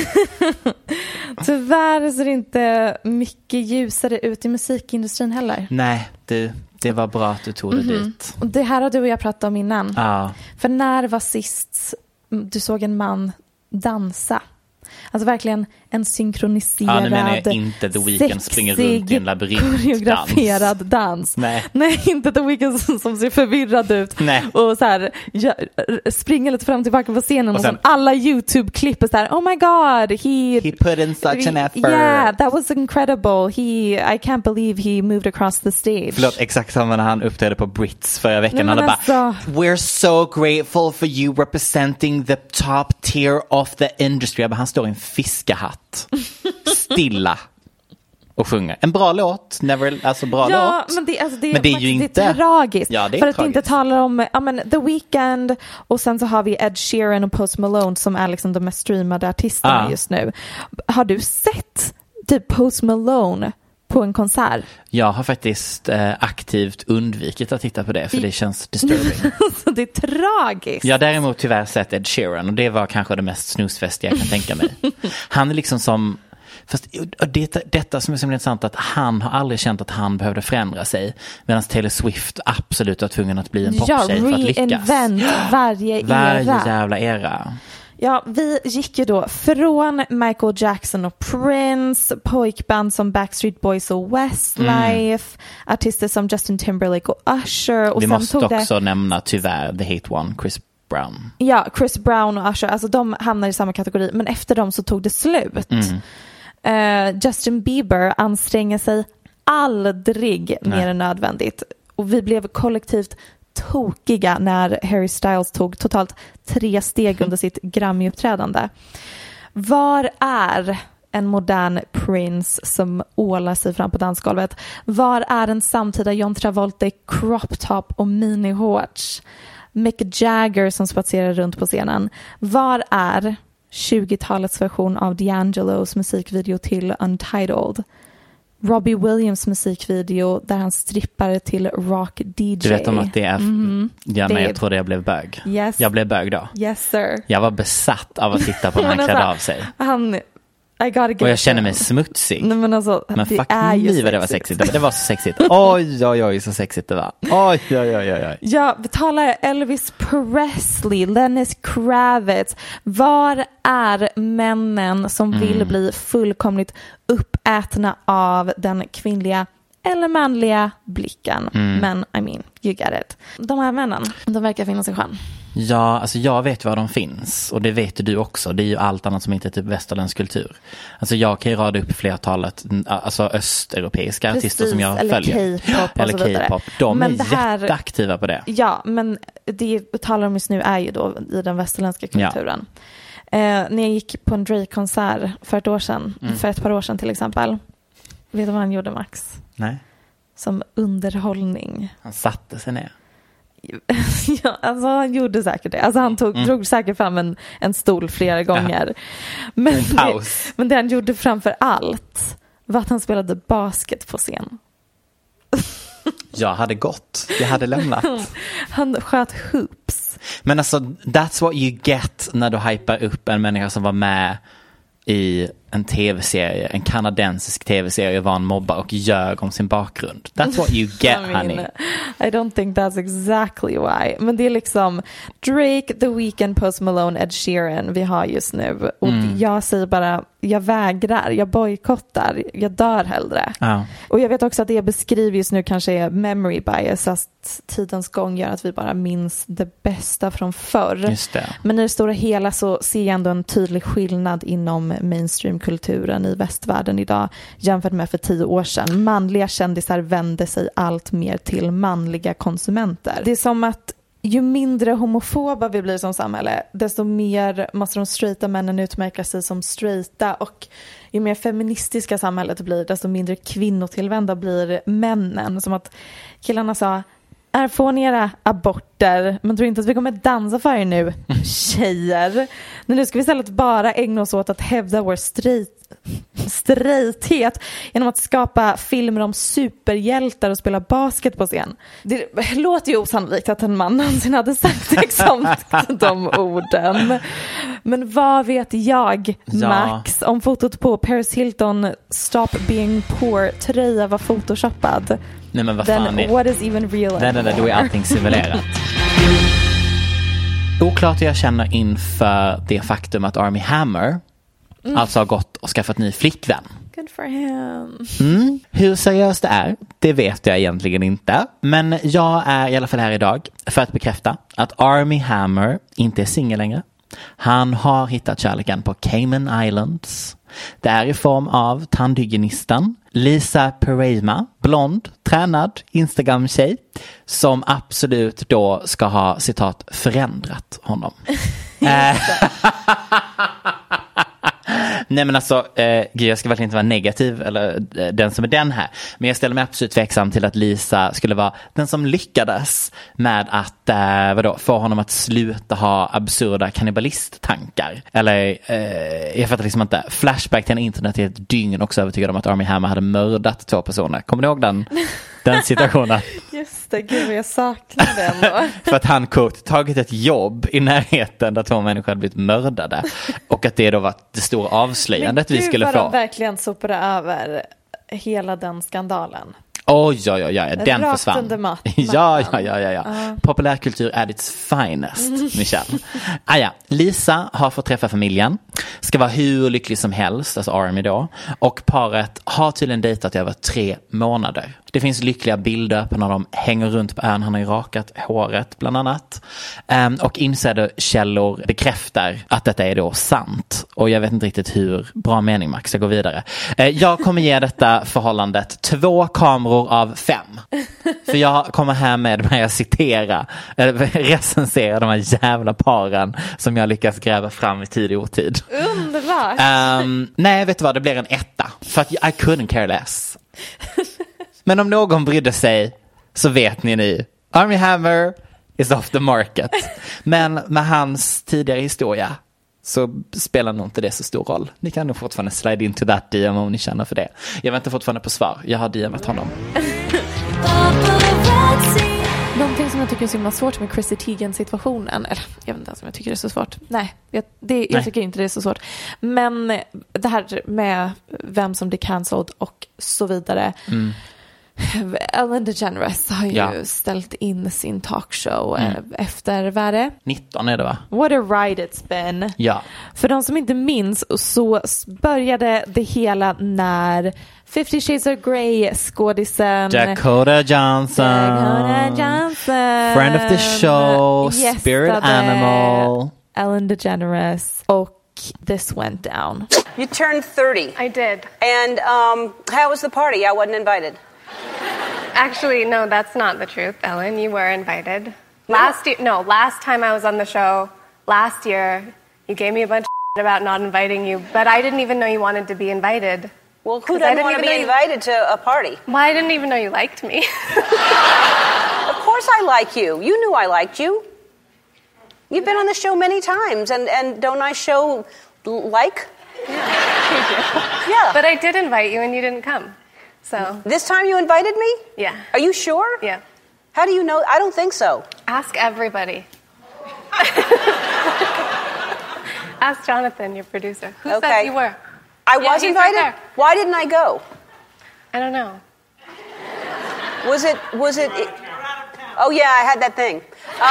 Tyvärr ser det inte mycket ljusare ut i musikindustrin heller. Nej, det var bra att du tog det dit. Och det här har du och jag pratat om innan. Ja. För när var sist du såg en man dansa? Alltså verkligen en synkroniserad, nu menar jag inte The Weeknd springer runt i en labyrint koreograferad dans. Nej, inte The Weeknd som ser förvirrad ut. Nej. Och så här springer lite fram och tillbaka på scenen och sen alla YouTube-klipp är så här, oh my god, he put in such an effort. Yeah, that was incredible. I can't believe he moved across the stage. Förlåt, exakt samma när han uppträdde på Brits förra veckan. Han bara, we're so grateful for you representing the top tier of the industry. Han står i en fiskehatt stilla och sjunger. En bra låt, bra låt. Men det är ju inte tragiskt. Ja, det är för tragiskt. Att inte tala om The Weeknd och sen så har vi Ed Sheeran och Post Malone som är liksom de mest streamade artisterna just nu. Har du sett typ Post Malone på en konsert? Jag har faktiskt aktivt undvikit att titta på det, för det känns disturbing. Så det är tragiskt. Jag har däremot tyvärr sett Ed Sheeran och det var kanske det mest snusfästiga jag kan tänka mig. Han är liksom som... Fast detta som är så intressant, att han har aldrig känt att han behövde förändra sig, medan Taylor Swift absolut var tvungen att bli en poptjej för att lyckas. Varje jävla era. Ja, vi gick ju då från Michael Jackson och Prince, pojkband som Backstreet Boys och Westlife, artister som Justin Timberlake och Usher. Och vi sen måste också nämna tyvärr The Hate One, Chris Brown. Ja, Chris Brown och Usher, alltså de hamnar i samma kategori, men efter dem så tog det slut. Justin Bieber anstränger sig aldrig mer än nödvändigt. Och vi blev kollektivt tokiga när Harry Styles tog totalt 3 steg under sitt Grammy-uppträdande. Var är en modern Prince som ålar sig fram på dansgolvet? Var är den samtida John Travolta i crop top och mini-shorts? Mick Jagger som spatserar runt på scenen? Var är 20-talets version av D'Angelos musikvideo till Untitled? Robbie Williams musikvideo där han strippar till Rock DJ. Du vet om att det är... Ja, nej, jag trodde jag blev bög. Yes. Jag blev bög då. Yes, sir. Jag var besatt av att titta på när han klädde av sig. Och jag känner mig smutsig. Nej, men alltså, men fuck me vad det var sexigt. Det var så sexigt. Oj, så sexigt det var. Oj. Ja, vi talar Elvis Presley, Lenny Kravitz. Var är männen som vill bli fullkomligt uppätna av den kvinnliga eller manliga blicken? Men I mean, you get it. De här männen, de verkar finnas i sjön. Ja, alltså jag vet var de finns. Och det vet du också. Det är ju allt annat som inte är typ västerländsk kultur. Alltså jag kan ju rada upp flertalet alltså östeuropeiska artister som jag följer. K-pop och så vidare. K-pop. De är jätteaktiva på det. Ja, men det vi talar om just nu är ju då i den västerländska kulturen. När jag gick på en Drake-konsert för ett år sedan, för ett par år sedan till exempel. Vet du vad han gjorde, Max? Nej. Som underhållning. Han satte sig ner. Ja, alltså han gjorde säkert det. Alltså han drog säkert fram en stol flera gånger. Ja. Men det han gjorde framför allt var att han spelade basket på scen. Jag hade gått. Jag hade lämnat. Han sköt hoops. Men alltså, that's what you get när du hypar upp en människa som var med i en tv-serie, en kanadensisk tv-serie, var en mobbar och ljög om sin bakgrund. That's what you get, honey. I don't think that's exactly why. Men det är liksom Drake, The Weeknd, Post Malone, Ed Sheeran vi har just nu. Och jag säger bara, jag vägrar, jag bojkottar, jag dör hellre. Och jag vet också att det jag beskriver just nu kanske är memory bias, att tidens gång gör att vi bara minns det bästa från förr. Just det. Men i det stora hela så ser jag ändå en tydlig skillnad inom mainstreamkulturen i västvärlden idag jämfört med för 10 år sedan. Manliga kändisar vänder sig allt mer till manliga konsumenter. Det är som att ju mindre homofoba vi blir som samhälle, desto mer måste de straighta männen utmärka sig som straighta, och ju mer feministiska samhället blir, desto mindre kvinnotillvända blir männen. Som att killarna sa, får ni era aborter, men tror inte att vi kommer dansa för er nu, tjejer. Men nu ska vi istället bara ägna oss åt att hävda vår straighthet genom att skapa filmer om superhjältar och spela basket på scen. Det låter ju osannolikt att en man någonsin hade sagt exakt de orden. Men vad vet jag, Max, om fotot på Paris Hilton Stop Being Poor-tröja var photoshoppad? Nej, men vad fan är... What is even real? Nej, då är allting simulerat. Oklart hur jag känner inför det faktum att Armie Hammer alltså har gått och skaffat ny flickvän. Good for him. Hur seriöst det är, det vet jag egentligen inte. Men jag är i alla fall här idag för att bekräfta att Armie Hammer inte är singel längre. Han har hittat kärleken på Cayman Islands. Det är i form av tandhygienistan Lisa Pereyma, blond, tränad Instagram-tjej som absolut då ska ha, citat, förändrat honom. Nej men alltså, jag ska verkligen inte vara negativ eller den som är den här. Men jag ställer mig absolut tveksam till att Lisa skulle vara den som lyckades med att få honom att sluta ha absurda kannibalisttankar. Eller, jag fattar liksom inte. Flashback till en internet i ett dygn också övertygad om att Armie Hammer hade mördat 2 personer. Kommer du ihåg den situationen? Just det, gud jag saknar den då. För att han tagit ett jobb i närheten där 2 människor hade blivit mördade. Och att det då var det stora avslöjandet vi skulle få. Men gud vad de verkligen sopade över hela den skandalen. Ja, den rakt försvann. Under mattan. Ja. Populärkultur at its finest, Michelle. Lisa har fått träffa familjen. Ska vara hur lycklig som helst, alltså Armie då. Och paret har tydligen dejtat i över 3 månader. Det finns lyckliga bilder på när de hänger runt på ön. Han har ju rakat håret bland annat. Och insedda källor bekräftar att detta är då sant. Och jag vet inte riktigt hur bra mening Max, jag går vidare. Jag kommer ge detta förhållandet 2 kameror av 5. För jag kommer här med att recensera de här jävla paren som jag lyckas gräva fram i tid och otid. Underbart. Nej, vet du vad? Det blir en 1. För att I couldn't care less. Men om någon brydde sig så vet ni nu. Armie Hammer is off the market. Men med hans tidigare historia så spelar nog inte det så stor roll. Ni kan nog fortfarande slide into that DM om ni känner för det. Jag väntar fortfarande på svar. Jag har DMat honom. Någonting som jag tycker är så himla svårt med Chrissy Teigen-situationen, eller jag vet inte ens om jag tycker det är så svårt. Nej, jag tycker inte det är så svårt. Men det här med vem som blir cancelled och så vidare. Ellen DeGeneres har ju ställt in sin talkshow efter, vad är det? 19 är det, va? What a ride it's been. Ja. För de som inte minns så började det hela när 50 Shades of Grey skådisen Dakota Johnson, friend of the show, spirit animal, Ellen DeGeneres, och this went down. You turned 30. I did. And how was the party? I wasn't invited. Actually, no, that's not the truth, Ellen. You were invited. Last time I was on the show, last year, you gave me a bunch of shit about not inviting you, but I didn't even know you wanted to be invited. Well, who doesn't want to be invited to a party? Well, I didn't even know you liked me. Of course I like you. You knew I liked you. You've been on the show many times, and don't I show like? Yeah, you do. Yeah. But I did invite you, and you didn't come. So this time you invited me? Yeah. Are you sure? Yeah. How do you know? I don't think so. Ask everybody. Ask Jonathan, your producer. Who said you were? I was invited? Right. Why didn't I go? I don't know. Was it? Oh yeah, I had that thing.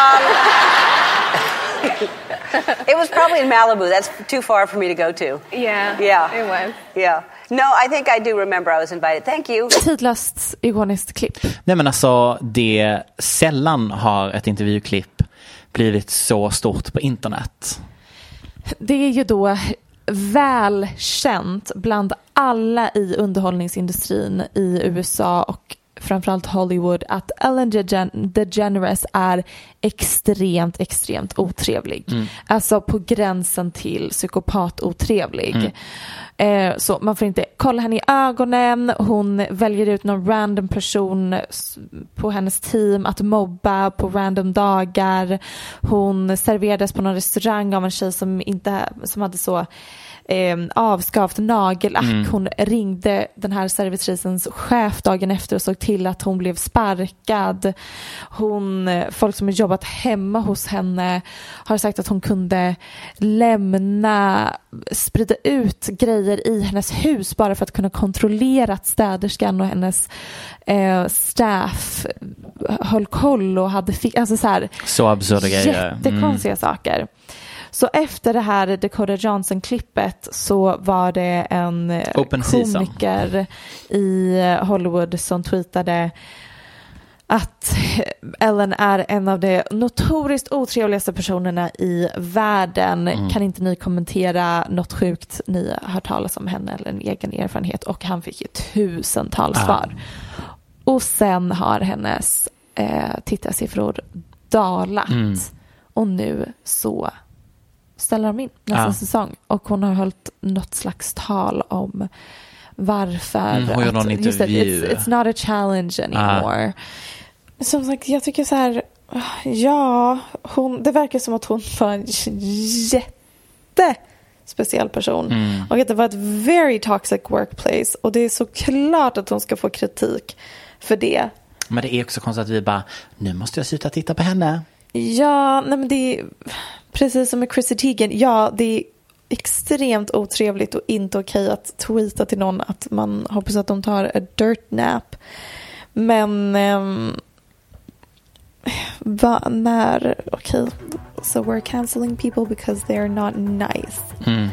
It was probably in Malibu. That's too far for me to go to. Yeah. It was. Yeah. No, I think I do remember I was invited. Thank you. Tidlöst ikoniskt klipp. Nej, men alltså, det sällan har ett intervjuklipp blivit så stort på internet. Det är ju då välkänt bland alla i underhållningsindustrin i USA och framförallt Hollywood att Ellen DeGeneres är extremt otrevlig. Alltså på gränsen till psykopat-otrevlig. Så man får inte kolla henne i ögonen. Hon väljer ut någon random person på hennes team att mobba på random dagar. Hon serverades på någon restaurang av en tjej som hade så avskavt nagellack. Hon ringde den här servitrisens chef dagen efter och såg till att hon blev sparkad. Folk som har jobbat hemma hos henne har sagt att hon kunde sprida ut grejer i hennes hus bara för att kunna kontrollera att städerskan och hennes staff höll koll och hade alltså så absurda grejer. Jättekonstiga saker. Så efter det här Dakota Johnson-klippet så var det en komiker i Hollywood som tweetade att Ellen är en av de notoriskt otrevligaste personerna i världen. Kan inte ni kommentera något sjukt ni har hört talas om henne eller en egen erfarenhet? Och han fick ju tusentals svar. Och sen har hennes tittarsiffror dalat. Och nu så ställer de in nästa säsong. Och hon har hållit något slags tal om varför hon gjorde någon intervju. It's not a challenge anymore. Som sagt, jag tycker så här, ja, det verkar som att hon var en jättespeciell person. Och att det var ett very toxic workplace. Och det är så klart att hon ska få kritik för det. Men det är också konstigt att vi bara, nu måste jag sluta titta på henne. Ja, nej men det är precis som med Chrissy Teigen. Ja, det är extremt otrevligt och inte okej att tweeta till någon att man hoppas att de tar a dirt nap. Men so we're canceling people because they're not nice.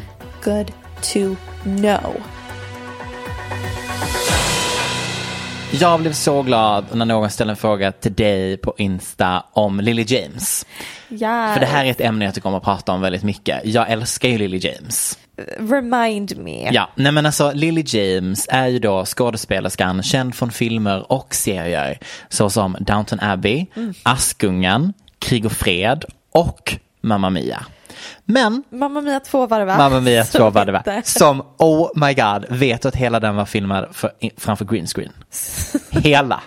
Good to know. Jag blev så glad när någon ställde en fråga till dig på Insta om Lily James. Yes. För det här är ett ämne jag tycker om att prata om väldigt mycket. Jag älskar ju Lily James. Remind me. Ja, nej men alltså Lily James är ju då skådespelerskan känd från filmer och serier såsom Downton Abbey, Askungen, Krig och fred och Mamma Mia. Men Mamma Mia 2 var det va? Mamma Mia 2 var det va? Som, oh my god, vet du att hela den var filmad framför green screen? Hela.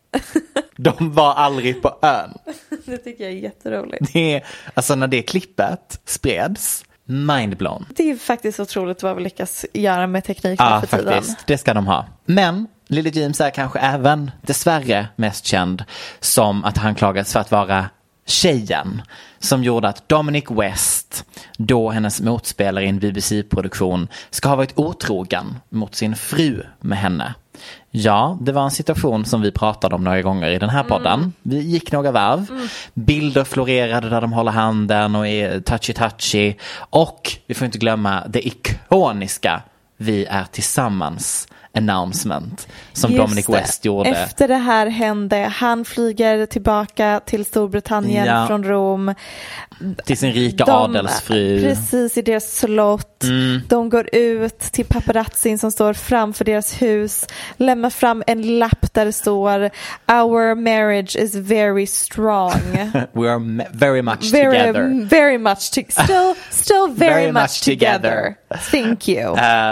De var aldrig på ön. Det tycker jag är jätteroligt. Det är, alltså när det klippet spreds, mindblown. Det är faktiskt otroligt vad vi lyckas göra med tekniken för tiden. Faktiskt. Det ska de ha. Men Lily James är kanske även dessvärre mest känd som att han klagats för att vara tjejen som gjorde att Dominic West, då hennes motspelare i en BBC-produktion, ska ha varit otrogen mot sin fru med henne. Ja, det var en situation som vi pratade om några gånger i den här podden. Vi gick några varv. Bilder florerade där de håller handen och är touchy. Och vi får inte glömma det ikoniska "Vi är tillsammans" announcement som Just Dominic West gjorde. Efter det här hände, han flyger tillbaka till Storbritannien från Rom. Till sin rika adelsfru. Precis, i deras slott. De går ut till paparazzin som står framför deras hus. Lämnar fram en lapp där det står "Our marriage is very strong." We are very much together. Very much still very much together. Thank you.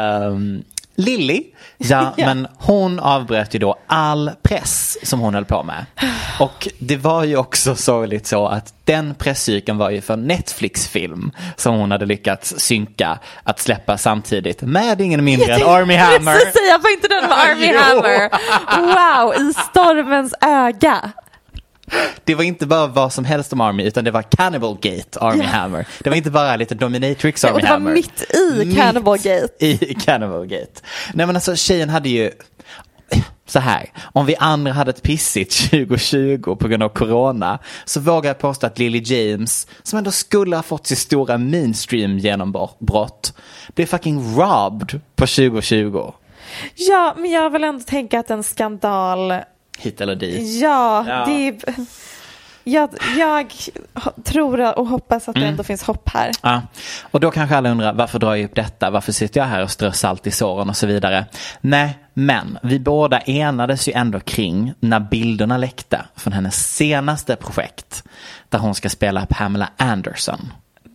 Lily, men hon avbröt ju då all press som hon höll på med. Och det var ju också sorgligt så att den presscykeln var ju för Netflix-film som hon hade lyckats synka att släppa samtidigt med ingen mindre än Armie Hammer. Precis, säga var inte den med Armie Hammer. Wow, i stormens öga. Det var inte bara vad som helst om Armie, utan det var Cannibal Gate Armie Hammer. Det var inte bara lite Dominatrix Armie Hammer. Det var mitt i Cannibal Gate. I Cannibal Gate. Nej men alltså tjejen hade ju så här, om vi andra hade ett pissigt 2020 på grund av corona, så vågar jag påstå att Lily James, som ändå skulle ha fått sitt stora mainstream genombrott, blev fucking robbed på 2020. Ja, men jag vill ändå tänka att en skandal hit eller dit. Ja. Det är... Jag tror och hoppas att det ändå finns hopp här. Ja. Och då kanske alla undrar, varför drar jag upp detta? Varför sitter jag här och strör salt i såren och så vidare? Nej, men vi båda enades ju ändå kring när bilderna läckte från hennes senaste projekt där hon ska spela Pamela Anderson.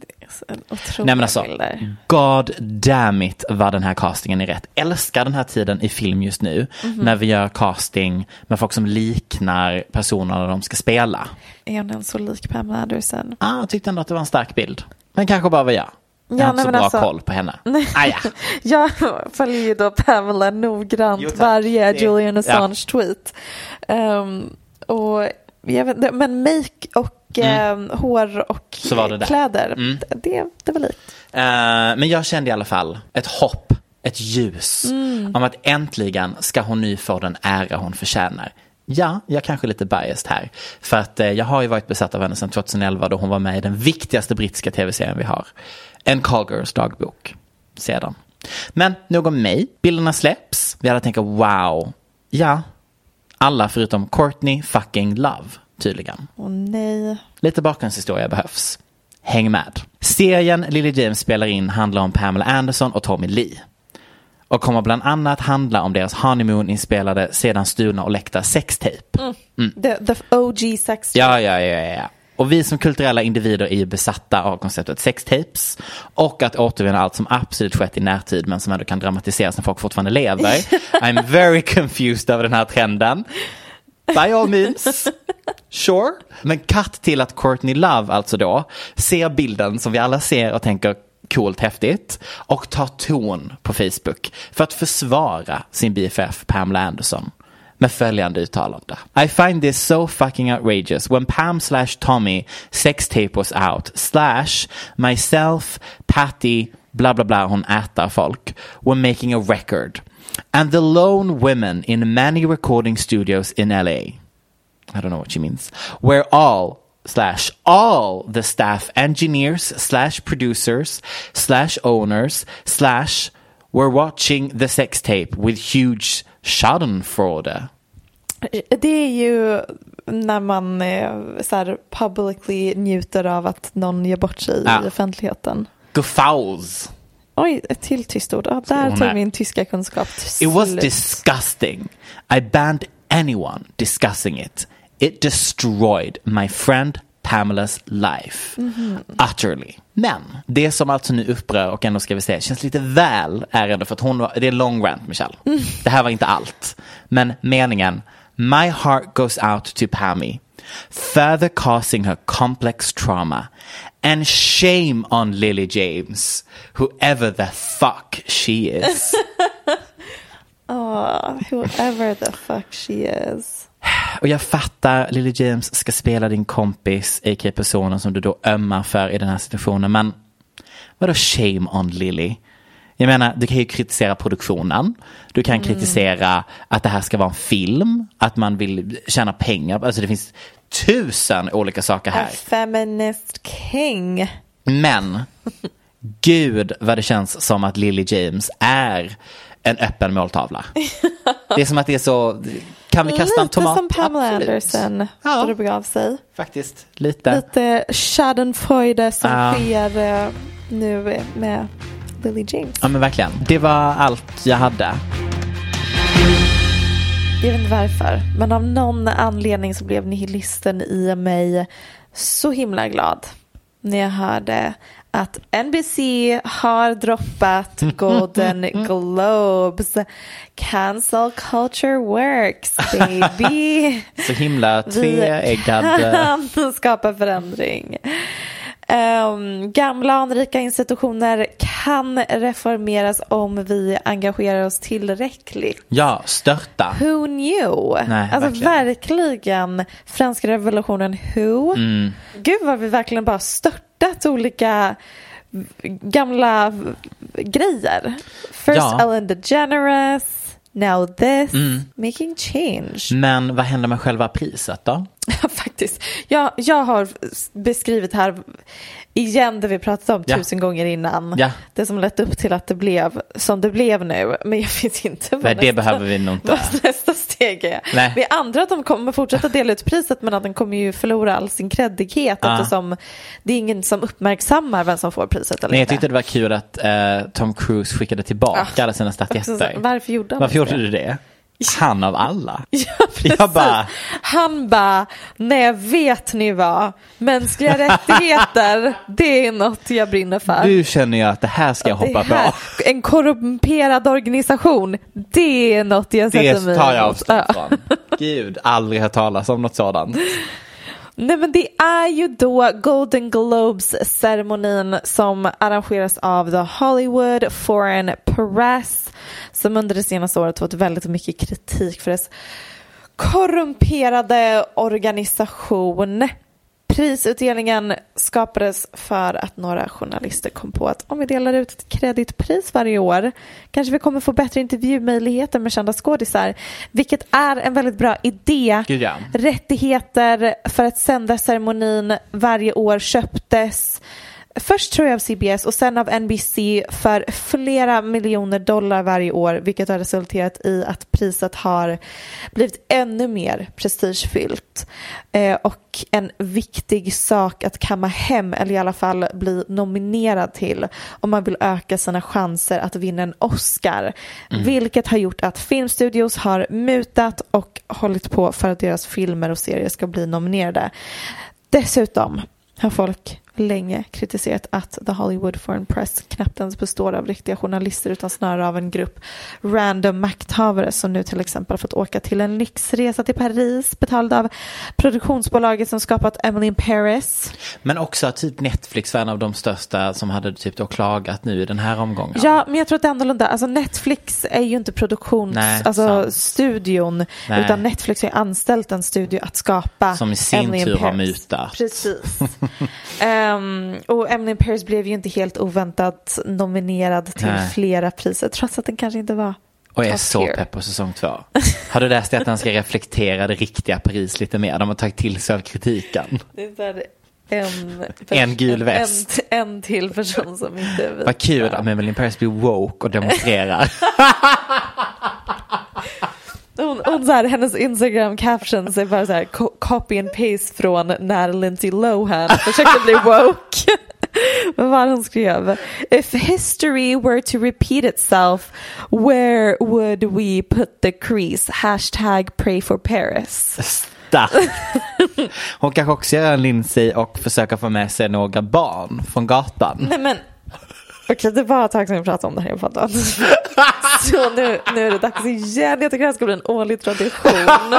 Nej men alltså, god damn it vad den här castingen är rätt. Älskar den här tiden i film just nu när vi gör casting med folk som liknar personerna de ska spela. Är hon så lik Pamela Anderson? Jag tyckte ändå att det var en stark bild. Men kanske bara var jag. Jag har inte så bra koll på henne. Jag följer ju då Pamela noggrant varje Julian Assange tweet. Och jag vet, men make och hår och kläder, det var likt. Men jag kände i alla fall ett hopp, ett ljus om att äntligen ska hon nu få den ära hon förtjänar. Ja, jag kanske är lite biased här. För att jag har ju varit besatt av henne sedan 2011 då hon var med i den viktigaste brittiska tv-serien vi har. En Call Girls dagbok. Sedan. Men nog om mig. Bilderna släpps. Vi alla tänker wow. Ja, alla förutom Courtney fucking Love. Tydligen. Nej. Lite bakgrundshistoria behövs. Häng med. Serien Lily James spelar in handlar om Pamela Anderson och Tommy Lee. Och kommer bland annat handla om deras honeymoon-inspelade sedan stulna och läckta sextape. The OG sextape. Ja. Och vi som kulturella individer är ju besatta av konceptet sextapes och att återvinna allt som absolut skett i närtid men som ändå kan dramatiseras när folk fortfarande lever. I'm very confused över den här trenden. By all means. Sure. Men cut till att Courtney Love alltså då ser bilden som vi alla ser och tänker coolt, häftigt och tar ton på Facebook för att försvara sin BFF Pamela Anderson med följande uttalande. I find this so fucking outrageous when Pam/Tommy sex tape was out / myself, Patty, bla bla bla, hon ätar folk, were making a record. And the lone women in many recording studios in LA. I don't know what she means. Where all the staff engineers / producers / owners / were watching the sex tape with huge schadenfreude. Det är ju när man så här publicly njuter av att någon gör bort sig i offentligheten. Gefouls. Oj, ett till tyst ord. Där tog min tyska kunskap till It was slut. disgusting. I banned anyone discussing it. It destroyed my friend Pamela's life. Utterly. Men det som alltså nu upprör och ändå ska vi säga känns lite väl är ändå för att det är long rant, Michelle. Det här var inte allt. Men meningen, my heart goes out to Pammy, further causing her complex trauma. And shame on Lily James, whoever the fuck she is. Whoever the fuck she is. Och jag fattar, Lily James ska spela din kompis, a.k.a. personen som du då ömmar för i den här situationen. Men vadå shame on Lily? Jag menar, du kan ju kritisera produktionen. Du kan kritisera att det här ska vara en film. Att man vill tjäna pengar. Alltså det finns 1000 olika saker här. A feminist king. Men gud vad det känns som att Lily James är en öppen måltavla. Det är som att det är så... Kan vi kasta en tomat? Lite som Pamela Anderson då det begav sig. Faktiskt, lite. Lite schadenfreude som sker nu med Lily James. Ja men verkligen. Det var allt jag hade. Jag vet inte varför, men av någon anledning så blev nihilisten i mig så himla glad när jag hörde att NBC har droppat Golden Globes. Cancel culture works, baby. Så himla tveeggad. Vi kan skapa förändring. Gamla anrika institutioner kan reformeras om vi engagerar oss tillräckligt. Ja, störta. Who knew? Nej, alltså verkligen franska revolutionen who? Gud vad vi verkligen bara störtat olika gamla grejer. First Ellen DeGeneres, now this, making change. Men vad händer med själva priset då? Faktiskt. Jag har beskrivit här igen det vi pratade om 1000 gånger innan. Det som lett upp till att det blev som det blev nu. Men jag vet inte det behöver vi nog inte. Vad nästa steg är. Nej. Vi andra att de kommer fortsätta dela ut priset, men att den kommer ju förlora all sin kreddighet eftersom det är ingen som uppmärksammar vem som får priset eller Nej, jag inte. tyckte det var kul att Tom Cruise skickade tillbaka alla sina statyetter. Varför gjorde du det? Han av alla. Ja, precis. Han bara, nej, vet ni vad? Mänskliga rättigheter, det är något jag brinner för. Nu känner jag att det här ska jag hoppa på. En korrumperad organisation, det är något jag sätter mig. Det tar jag avstånd från. Gud, aldrig hört talas om något sådant. Nej, men det är ju då Golden Globes-ceremonin som arrangeras av The Hollywood Foreign Press, som under det senaste året fått väldigt mycket kritik för dess korrumperade organisation. Prisutdelningen skapades för att några journalister kom på att om vi delar ut ett kreditpris varje år kanske vi kommer få bättre intervjumöjligheter med kända skådisar, vilket är en väldigt bra idé. Gud, ja. Rättigheter för att sända ceremonin varje år köptes först tror jag av CBS och sen av NBC för flera miljoner dollar varje år, vilket har resulterat i att priset har blivit ännu mer prestigefyllt och en viktig sak att kamma hem, eller i alla fall bli nominerad till om man vill öka sina chanser att vinna en Oscar, vilket har gjort att filmstudios har mutat och hållit på för att deras filmer och serier ska bli nominerade. Dessutom har folk länge kritiserat att The Hollywood Foreign Press knappt ens består av riktiga journalister utan snarare av en grupp random makthavare som nu till exempel fått åka till en lyxresa till Paris betald av produktionsbolaget som skapat Emily in Paris. Men också typ Netflix var en av de största som hade typ då klagat nu i den här omgången. Ja, men jag tror att det är annorlunda. Alltså Netflix är ju inte studion, utan Netflix har anställt en studio att skapa som i sin tur har mutat. Precis. Och Emily in Paris blev ju inte helt oväntat nominerad till flera priser trots att den kanske inte var. Och jag är så pepp på säsong 2. Har du läst att den ska reflektera det riktiga Paris lite mer? De har tagit till sig av kritiken. Det är så en gul väst. En till person som inte vet. Vad kul att Emily in Paris blir woke och demonstrerar. Hon så här, hennes Instagram captions är bara så här copy and paste från när Lindsay Lohan försökte bli woke. Vad var hon skrev? If history were to repeat itself, where would we put the crease? #pray for Paris. Hon kanske också gör en Lindsay och försöka få med sig några barn från gatan. Nej men okej, det var ett tag sedan jag pratade om det här i podden. Så nu är det dags igen. Jag tycker det ska bli en årlig tradition.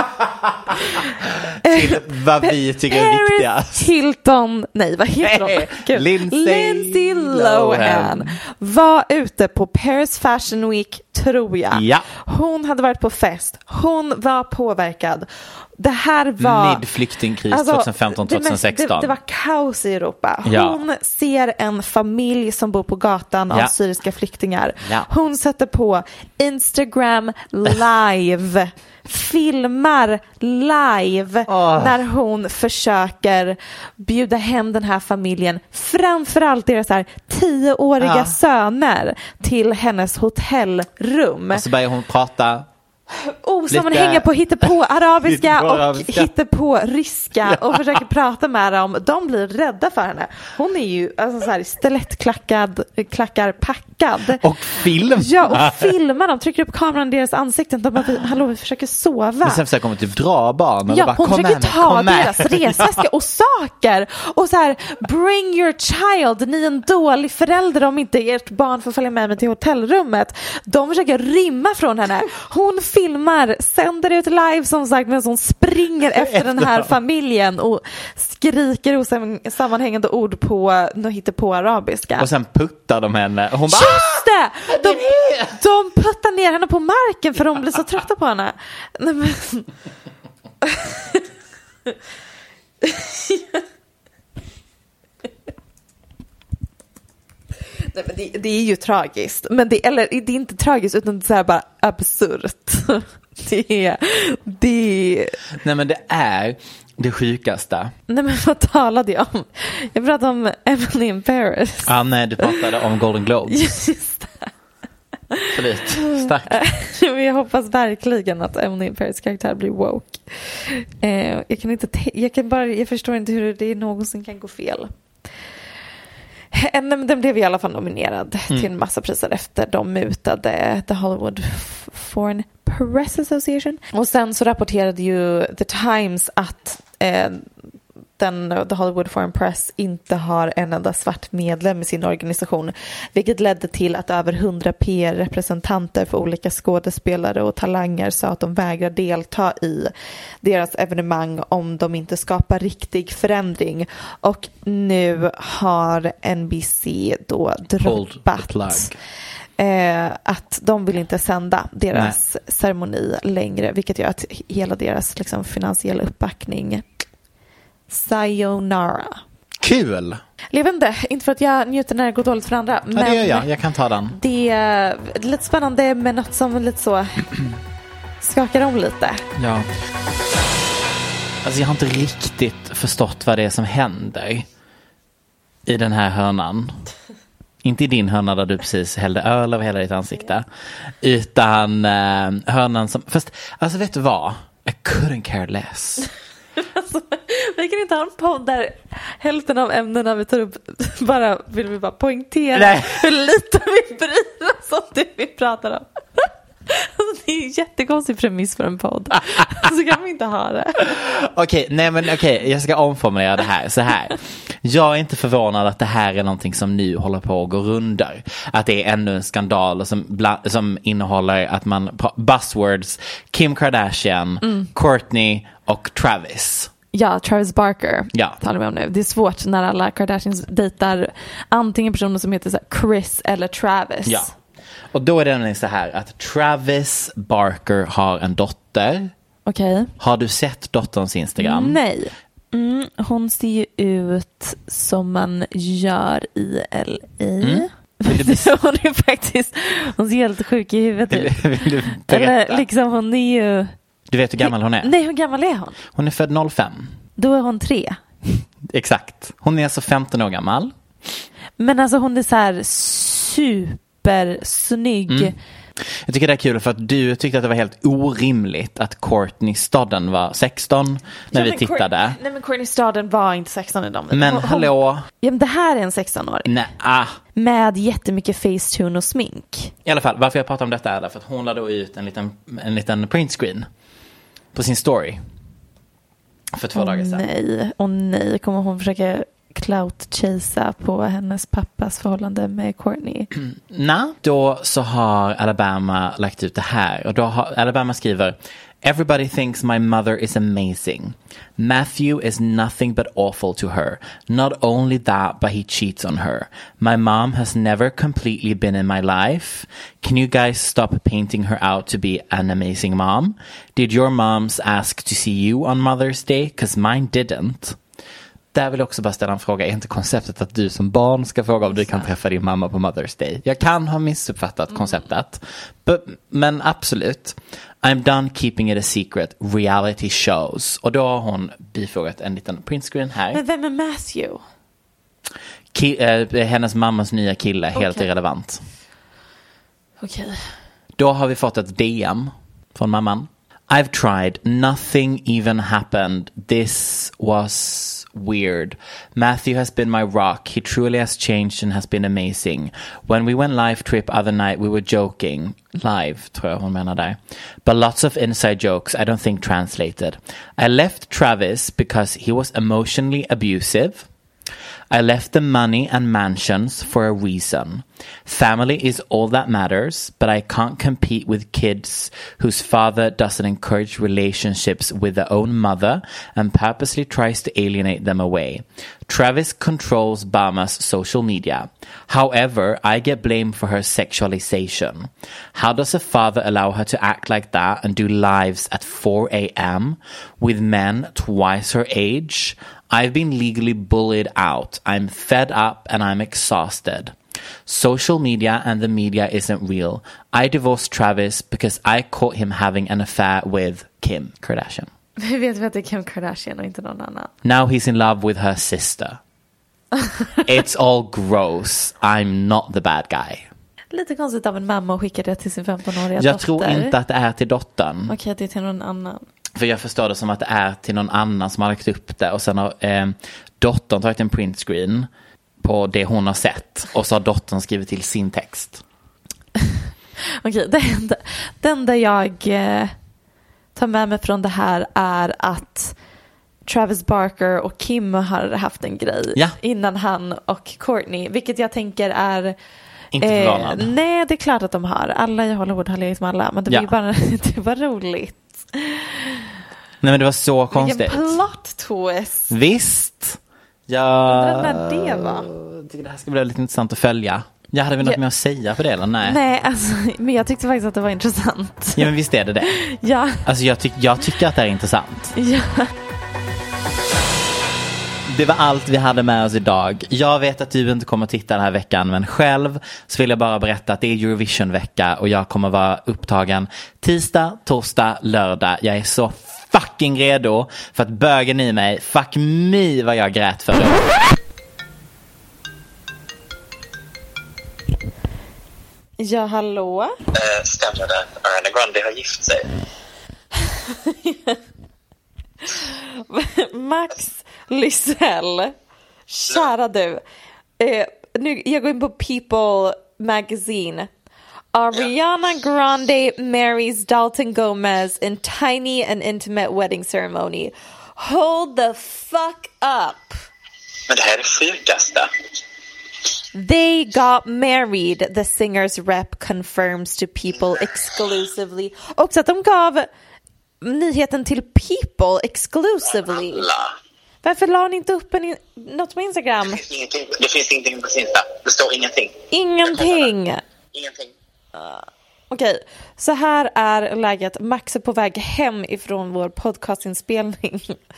Till vad vi tycker är viktigast. Hilton, nej vad heter hon? Lindsay Lohan var ute på Paris Fashion Week, tror jag. Ja. Hon hade varit på fest. Hon var påverkad. Det här var mid-flyktingkris 2015-2016. Det var kaos i Europa. Ja. Hon ser en familj som bor på gatan av syriska flyktingar. Ja. Hon sätter på Instagram live. Filmar live när hon försöker bjuda hem den här familjen, framförallt deras här 10-åriga söner, till hennes hotellrum. Och så börjar hon prata sammanhänga på hittepå arabiska och hittepå ryska och försöker prata med dem. De blir rädda för henne. Hon är ju alltså så här stilettklackar packad. Och filmar. Ja, och filmar. De trycker upp kameran i deras ansikten. De bara, hallå, vi försöker sova. Men sen försöker hon typ dra barn. Och ja, bara, hon försöker ta deras resväska och saker. Och så här, bring your child. Ni är en dålig förälder om inte ert barn får följa med mig till hotellrummet. De försöker rymma från henne. Hon filmar, sänder ut live som sagt, medan hon springer efter den här familjen och skriker osammanhängande ord på på arabiska. Och sen puttar de henne. Och hon bara, just det! De puttar ner henne på marken för de blir så trötta på henne. Nej, men... Nej, men det är ju tragiskt. Men det är inte tragiskt utan det är så här bara absurt. Nej, men det är det sjukaste. Nej, men vad talade jag om? Jag pratade om Emily in Paris. Nej, du pratade om Golden Globes. Just det. Förlåt, starkt. Jag hoppas verkligen att Emily in Paris karaktär blir woke. Jag förstår inte hur det någonsin kan gå fel. Den blev i alla fall nominerad till en massa priser efter de mutade The Hollywood Foreign Press Association. Och sen så rapporterade ju The Times att The Hollywood Foreign Press inte har en enda svart medlem i sin organisation, vilket ledde till att över 100 PR-representanter för olika skådespelare och talanger sa att de vägrar delta i deras evenemang om de inte skapar riktig förändring. Och nu har NBC då droppat att de vill inte sända deras ceremoni längre, vilket gör att hela deras liksom finansiella uppbackning sayonara. Kul! Jag vet inte för att jag njuter när det går dåligt för andra. Men det gör jag kan ta den. Det är lite spännande med något som lite så skakar om lite. Ja. Alltså jag har inte riktigt förstått vad det är som händer i den här hörnan. Inte i din hörna där du precis hällde öl över hela ditt ansikte. Utan hörnan som... Fast, alltså vet du vad? I couldn't care less. Alltså, vi kan inte ha en podd där hälften av ämnena vi tar upp vill vi bara poängtera hur lite vi bryr oss om det vi pratar om. Alltså, det är en jättekonstig premiss för en podd. Så kan vi inte ha det. Okej, jag ska omformulera det här så här. Jag är inte förvånad att det här är någonting som nu håller på att gå runder. Att det är ännu en skandal som innehåller att man buzzwords Kim Kardashian, Kourtney och Travis. Ja, Travis Barker talar vi om nu. Det är svårt när alla Kardashians dejtar antingen personer som heter så här Chris eller Travis. Ja. Och då är det nämligen så här att Travis Barker har en dotter. Okej. Har du sett dotterns Instagram? Nej. Hon ser ju ut som man gör i LA. Hon är faktiskt, hon ser helt sjuk i huvudet ut. Eller liksom hon är ju... Du vet hur gammal hon är? Nej, hur gammal är hon? Hon är född 05. Då är hon 3. Exakt. Hon är alltså 15 år gammal. Men alltså hon är så här supersnygg Jag tycker det är kul för att du tyckte att det var helt orimligt att Courtney Stodden var 16 när vi tittade. Nej, men Courtney Stodden var inte 16 i dem. Men hallå? Ja, men det här är en 16-åring. Nej. Med jättemycket facetune och smink. I alla fall, varför jag pratar om detta är därför att hon lade ut en liten printscreen på sin story för 2 dagar sedan. Nej, kommer hon försöka clout-chasa på hennes pappas förhållande med Courtney? Nej, då så har Alabama lagt ut det här. Och då har Alabama skriver: Everybody thinks my mother is amazing. Matthew is nothing but awful to her. Not only that, but he cheats on her. My mom has never completely been in my life. Can you guys stop painting her out to be an amazing mom? Did your moms ask to see you on Mother's Day? 'Cause mine didn't. Där vill jag också bara ställa en fråga. Är inte konceptet att du som barn ska fråga om du kan träffa din mamma på Mother's Day? Jag kan ha missuppfattat konceptet. Men absolut. I'm done keeping it a secret. Reality shows. Och då har hon bifogat en liten printscreen här. Men vem är Matthew? Hennes mammas nya kille. Helt irrelevant. Okej. Då har vi fått ett DM från mamman. I've tried. Nothing even happened. This was weird. Matthew has been my rock. He truly has changed and has been amazing. When we went live trip other night we were joking. Live, tror jag hon menar där. But lots of inside jokes I don't think translated. I left Travis because he was emotionally abusive. I left the money and mansions for a reason. Family is all that matters, but I can't compete with kids whose father doesn't encourage relationships with their own mother and purposely tries to alienate them away. Travis controls Bama's social media. However, I get blamed for her sexualization. How does a father allow her to act like that and do lives at 4 a.m. with men twice her age? I've been legally bullied out. I'm fed up and I'm exhausted. Social media and the media isn't real. I divorced Travis because I caught him having an affair with Kim Kardashian. Vi vet att det är Kim Kardashian och inte någon annan. Now he's in love with her sister. It's all gross. I'm not the bad guy. Lite konstigt av en mamma att skicka det till sin 15-åriga dotter. Jag tror inte att det är till dottern. Okej, det är till någon annan. För jag förstår det som att det är till någon annan som har lagt upp det. Och sen har dottern tagit en printscreen på det hon har sett. Och så har dottern skrivit till sin text. Okej, det enda jag tar med mig från det här är att Travis Barker och Kim har haft en grej innan han och Courtney. Vilket jag tänker är... Inte förvånad. Nej, det är klart att de har. Alla i Hollywood har legat med alla. Men det var bara det var roligt. Nej, men det var så konstigt. Vilken plot twist. Visst. Undrar när det var. Jag tycker det här ska bli lite intressant att följa. Jag hade väl något mer att säga på det, eller nej? Nej, alltså, men jag tyckte faktiskt att det var intressant. Ja, men visst är det. Ja. Alltså jag tycker att det är intressant. Ja. Det var allt vi hade med oss idag. Jag vet att du inte kommer att titta den här veckan, men själv så vill jag bara berätta att det är Eurovision-vecka och jag kommer vara upptagen tisdag, torsdag, lördag. Jag är så fucking redo för att bögen i mig. Fuck me vad jag grät för det. Ja, hallå? Stämmer det? Ariana Grande har gift sig. Max Lysell, kära du. Nu, jag går in på People Magazine. Ariana Grande marries Dalton Gomez in tiny and intimate wedding ceremony. Hold the fuck up. Men det här är det sjukaste. They got married, the singer's rep confirms to People exclusively. Och så att de gav nyheten till People exclusively. Varför la ni inte upp något på Instagram? Det finns ingenting på Insta. Det står ingenting. Ingenting. Okej, så här är läget. Max är på väg hem ifrån vår podcastinspelning.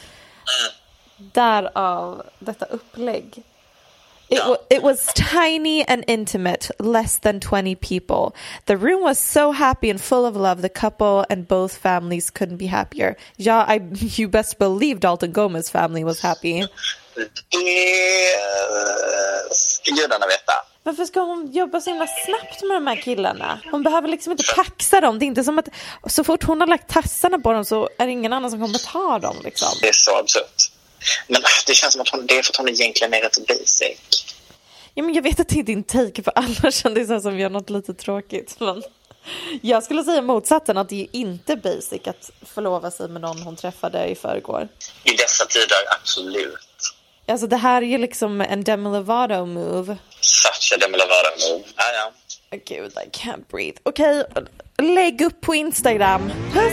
Därav detta upplägg. It was tiny and intimate, less than 20 people. The room was so happy and full of love. The couple and both families couldn't be happier. Yeah, you best believe Dalton Gomez's family was happy. Det ska gudarna veta. Varför ska hon jobba så himla snabbt med de här killarna? Hon behöver liksom inte paxa dem. Det är inte som att så fort hon har lagt tassarna på dem så är det ingen annan som kommer ta dem liksom. Det är så absurt. Men det känns som att det är för att hon egentligen är rätt basic. Ja, men jag vet att det är din take för alla kändisar som gör något lite tråkigt. Men jag skulle säga motsatsen, att det är inte basic att förlova sig med någon hon träffade i förrgår. I dessa tider, absolut. Alltså det här är ju liksom en Demi Lovato move. Such a Demi Lovato move. Ja. Gud, I can't breathe. Okej, lägg upp på Instagram.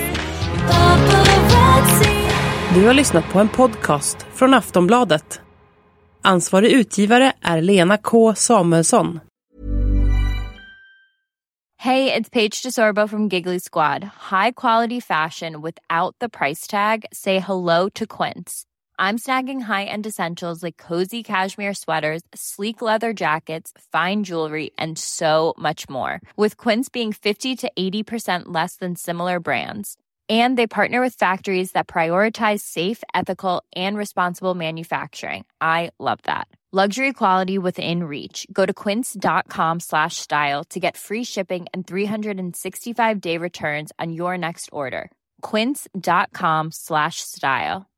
Du har lyssnat på en podcast från Aftonbladet. Ansvarig utgivare är Lena K. Samuelsson. Hey, it's Paige DeSorbo from Giggly Squad. High quality fashion without the price tag. Say hello to Quince. I'm snagging high-end essentials like cozy cashmere sweaters, sleek leather jackets, fine jewelry, and so much more. With Quince being 50 to 80% less than similar brands. And they partner with factories that prioritize safe, ethical, and responsible manufacturing. I love that. Luxury quality within reach. Go to quince.com/style to get free shipping and 365-day returns on your next order. Quince.com/style.